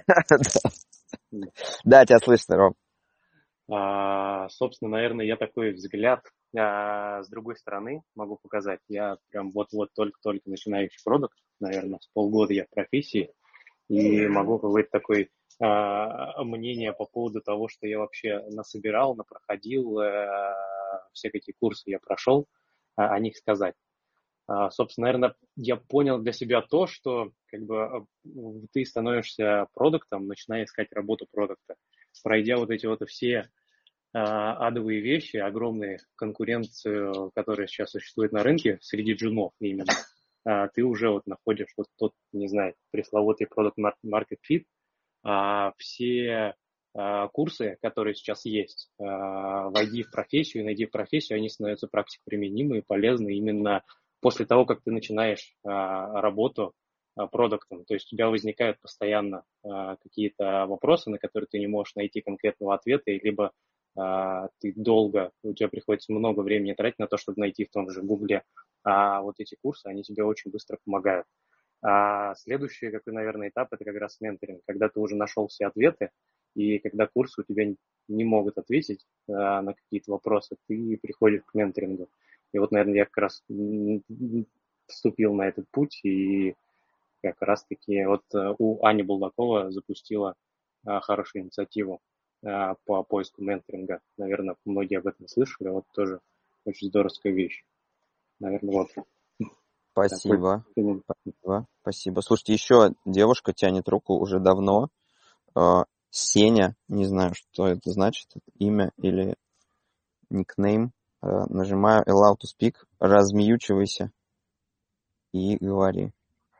Да, тебя слышно, Ром. А, собственно, наверное, я такой взгляд а, с другой стороны могу показать. Я прям вот-вот только-только начинающий продукт, наверное, с полгода я в профессии, и могу какое-то такое а, мнение по поводу того, что я вообще насобирал, напроходил, а, все какие курсы я прошел, а, о них сказать. А, собственно, наверное, я понял для себя то, что как бы ты становишься продуктом, начиная искать работу продукта, пройдя вот эти вот все а, адовые вещи, огромные конкуренцию, которая сейчас существует на рынке среди джунов именно, а, ты уже вот находишь вот тот, не знаю, пресловутый product market fit, а, все а, курсы, которые сейчас есть, а, войди в профессию, найди в профессию, они становятся практикоприменимы и полезны именно после того, как ты начинаешь а, работу а, продуктом. То есть у тебя возникают постоянно а, какие-то вопросы, на которые ты не можешь найти конкретного ответа, либо а, ты долго, у тебя приходится много времени тратить на то, чтобы найти в том же Гугле. А вот эти курсы, они тебе очень быстро помогают. А следующий, какой, наверное, этап, это как раз менторинг, когда ты уже нашел все ответы, и когда курсы у тебя не могут ответить а, на какие-то вопросы, ты приходишь к менторингу. И вот, наверное, я как раз вступил на этот путь, и как раз-таки вот у Ани Булдакова запустила хорошую инициативу по поиску менторинга. Наверное, многие об этом слышали, вот тоже очень здоровская вещь. Наверное, вот. Спасибо. Спасибо. Спасибо. Слушайте, еще девушка тянет руку уже давно. Сеня, не знаю, что это значит, имя или никнейм. Нажимаю Allow to speak, размьючивайся и говори.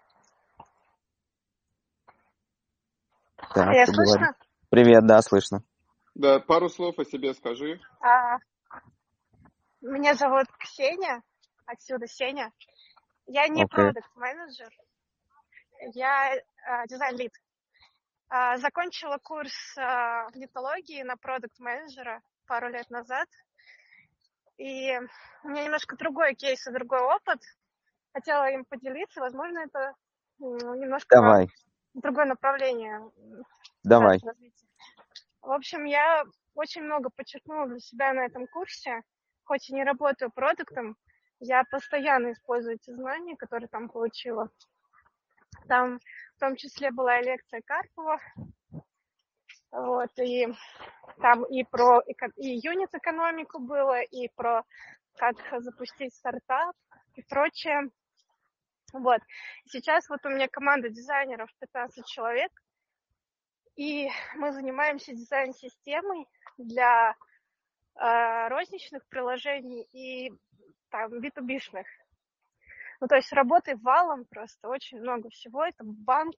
Так, Я ты слышно? говори. Привет, да, слышно. Да, пару слов о себе скажи. А, меня зовут Ксения, отсюда Сеня. Я не Okay. продакт-менеджер, я а, дизайн-лид. А, закончила курс а, в нетологии на продакт-менеджера пару лет назад. И у меня немножко другой кейс и другой опыт. Хотела им поделиться. Возможно, это немножко Давай. другое направление. Давай. Развития. В общем, я очень много подчеркнула для себя на этом курсе. Хоть и не работаю продуктом, я постоянно использую эти знания, которые там получила. Там в том числе была и лекция Карпова. Вот, и там и про и юнит-экономику было, и про как запустить стартап и прочее. Вот. Сейчас вот у меня команда дизайнеров пятнадцать человек, и мы занимаемся дизайн-системой для э, розничных приложений и там би ту би-шных. Ну, то есть работы валом просто, очень много всего. Это банк.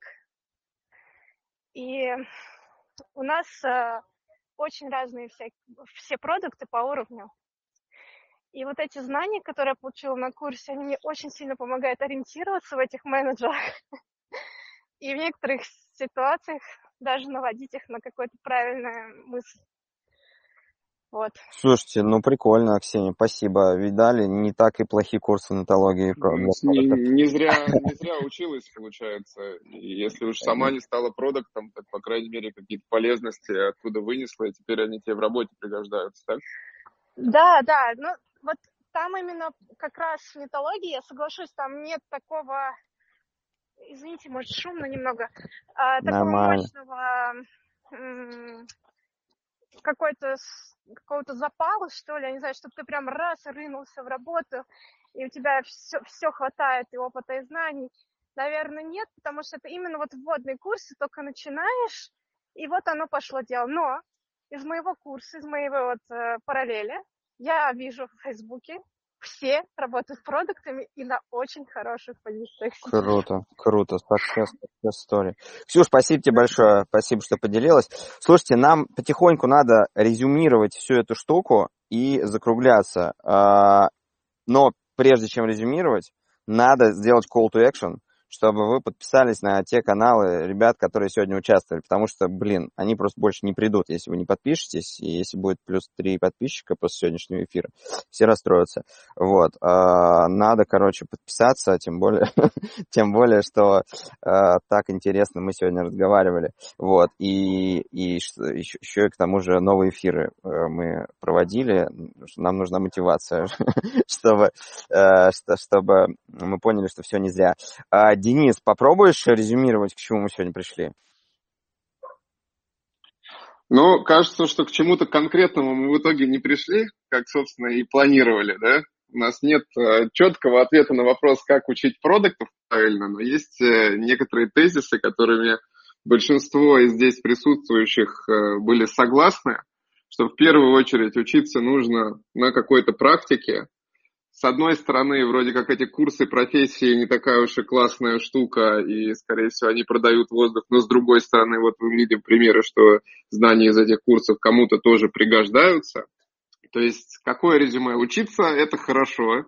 И у нас э, очень разные вся, все продукты по уровню. И вот эти знания, которые я получила на курсе, они мне очень сильно помогают ориентироваться в этих менеджерах. И в некоторых ситуациях даже наводить их на какую-то правильную мысль. Вот. Слушайте, ну прикольно, Ксения, спасибо. Видали, не так и плохие курсы нотологии. Не, не, зря, не зря училась, получается. И если уж сама не стала продуктом, так, по крайней мере, какие-то полезности оттуда вынесла, и теперь они тебе в работе пригождаются, так? Да, да. Ну, вот там именно как раз в нетологии, я соглашусь, там нет такого... Извините, может, шумно немного. А, такого мощного... М- какой-то какого-то запала, что ли, я не знаю, чтобы ты прям раз рынулся в работу, и у тебя все, все хватает и опыта, и знаний. Наверное, нет, потому что это именно вот вводные курсы, только начинаешь, и вот оно пошло дело. Но из моего курса, из моего вот э, параллели, я вижу в Фейсбуке, все работают с продуктами и на очень хороших позициях. Круто, круто. Success, success story. Ксюш, спасибо тебе большое. Спасибо, что поделилась. Слушайте, нам потихоньку надо резюмировать всю эту штуку и закругляться. Но прежде чем резюмировать, надо сделать call to action, чтобы вы подписались на те каналы ребят, которые сегодня участвовали, потому что, блин, они просто больше не придут, если вы не подпишетесь, и если будет плюс три подписчика после сегодняшнего эфира, все расстроятся. Вот. Надо, короче, подписаться, тем более, тем более, что так интересно мы сегодня разговаривали. Вот. И, и еще, еще и к тому же новые эфиры мы проводили. Нам нужна мотивация, чтобы, чтобы мы поняли, что все не зря. Денис, попробуешь резюмировать, к чему мы сегодня пришли? Ну, кажется, что к чему-то конкретному мы в итоге не пришли, как, собственно, и планировали, да? У нас нет четкого ответа на вопрос, как учить продуктов правильно, но есть некоторые тезисы, которыми большинство из здесь присутствующих были согласны, что в первую очередь учиться нужно на какой-то практике. С одной стороны, вроде как эти курсы профессии не такая уж и классная штука, и, скорее всего, они продают воздух, но с другой стороны, вот мы видим примеры, что знания из этих курсов кому-то тоже пригождаются. То есть, какое резюме? Учиться – это хорошо,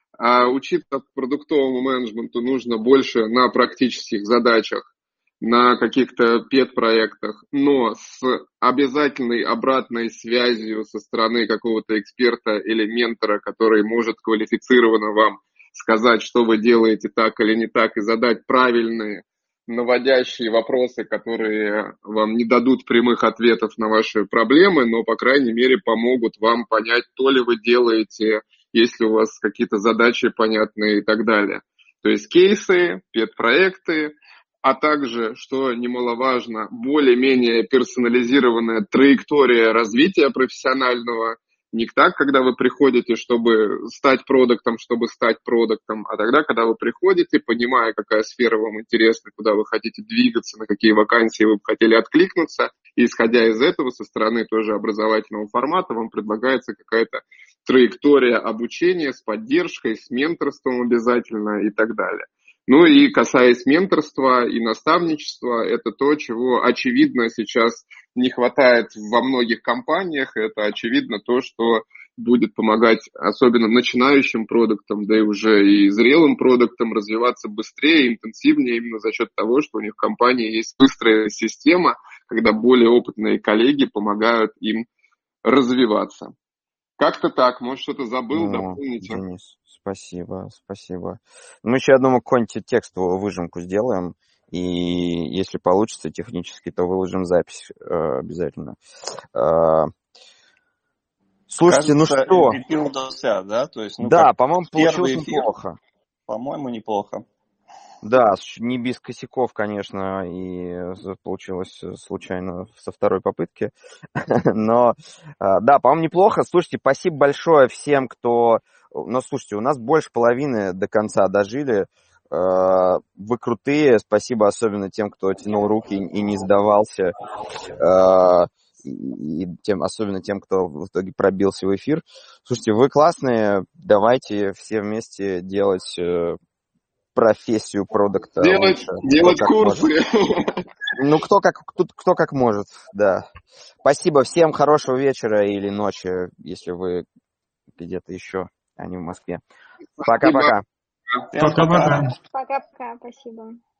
а учиться продуктовому менеджменту нужно больше на практических задачах, на каких-то пет-проектах, но с обязательной обратной связью со стороны какого-то эксперта или ментора, который может квалифицированно вам сказать, что вы делаете так или не так, и задать правильные наводящие вопросы, которые вам не дадут прямых ответов на ваши проблемы, но, по крайней мере, помогут вам понять, то ли вы делаете, есть ли у вас какие-то задачи понятные и так далее. То есть кейсы, пет-проекты, а также, что немаловажно, более-менее персонализированная траектория развития профессионального. Не так, когда вы приходите, чтобы стать продуктом, чтобы стать продуктом, а тогда, когда вы приходите, понимая, какая сфера вам интересна, куда вы хотите двигаться, на какие вакансии вы бы хотели откликнуться, и исходя из этого, со стороны тоже образовательного формата, вам предлагается какая-то траектория обучения с поддержкой, с менторством обязательно и так далее. Ну и касаясь менторства и наставничества, это то, чего очевидно сейчас не хватает во многих компаниях. Это очевидно то, что будет помогать особенно начинающим продуктам, да и уже и зрелым продуктам развиваться быстрее, интенсивнее именно за счет того, что у них в компании есть быстрая система, когда более опытные коллеги помогают им развиваться. Как-то так, может, что-то забыл, О, дополните. Денис, спасибо, спасибо. Мы еще, я думаю, какую-нибудь текстовую выжимку сделаем, и если получится технически, то выложим запись э, обязательно. Э, слушайте, Кажется, ну что? эфир удался, да? То есть, ну, да, как по-моему, получилось эфир, неплохо. По-моему, неплохо. Да, не без косяков, конечно, и получилось случайно со второй попытки. Но, да, по-моему, неплохо. Слушайте, спасибо большое всем, кто... Ну, слушайте, у нас больше половины до конца дожили. Вы крутые. Спасибо особенно тем, кто тянул руки и не сдавался. И тем, особенно тем, кто в итоге пробился в эфир. Слушайте, вы классные. Давайте все вместе делать... профессию продукта. Делать, делать курсы. Может. Ну, кто как, кто, кто как может, да. Спасибо всем, хорошего вечера или ночи, если вы где-то еще, а не в Москве. Пока-пока. Пока-пока, спасибо.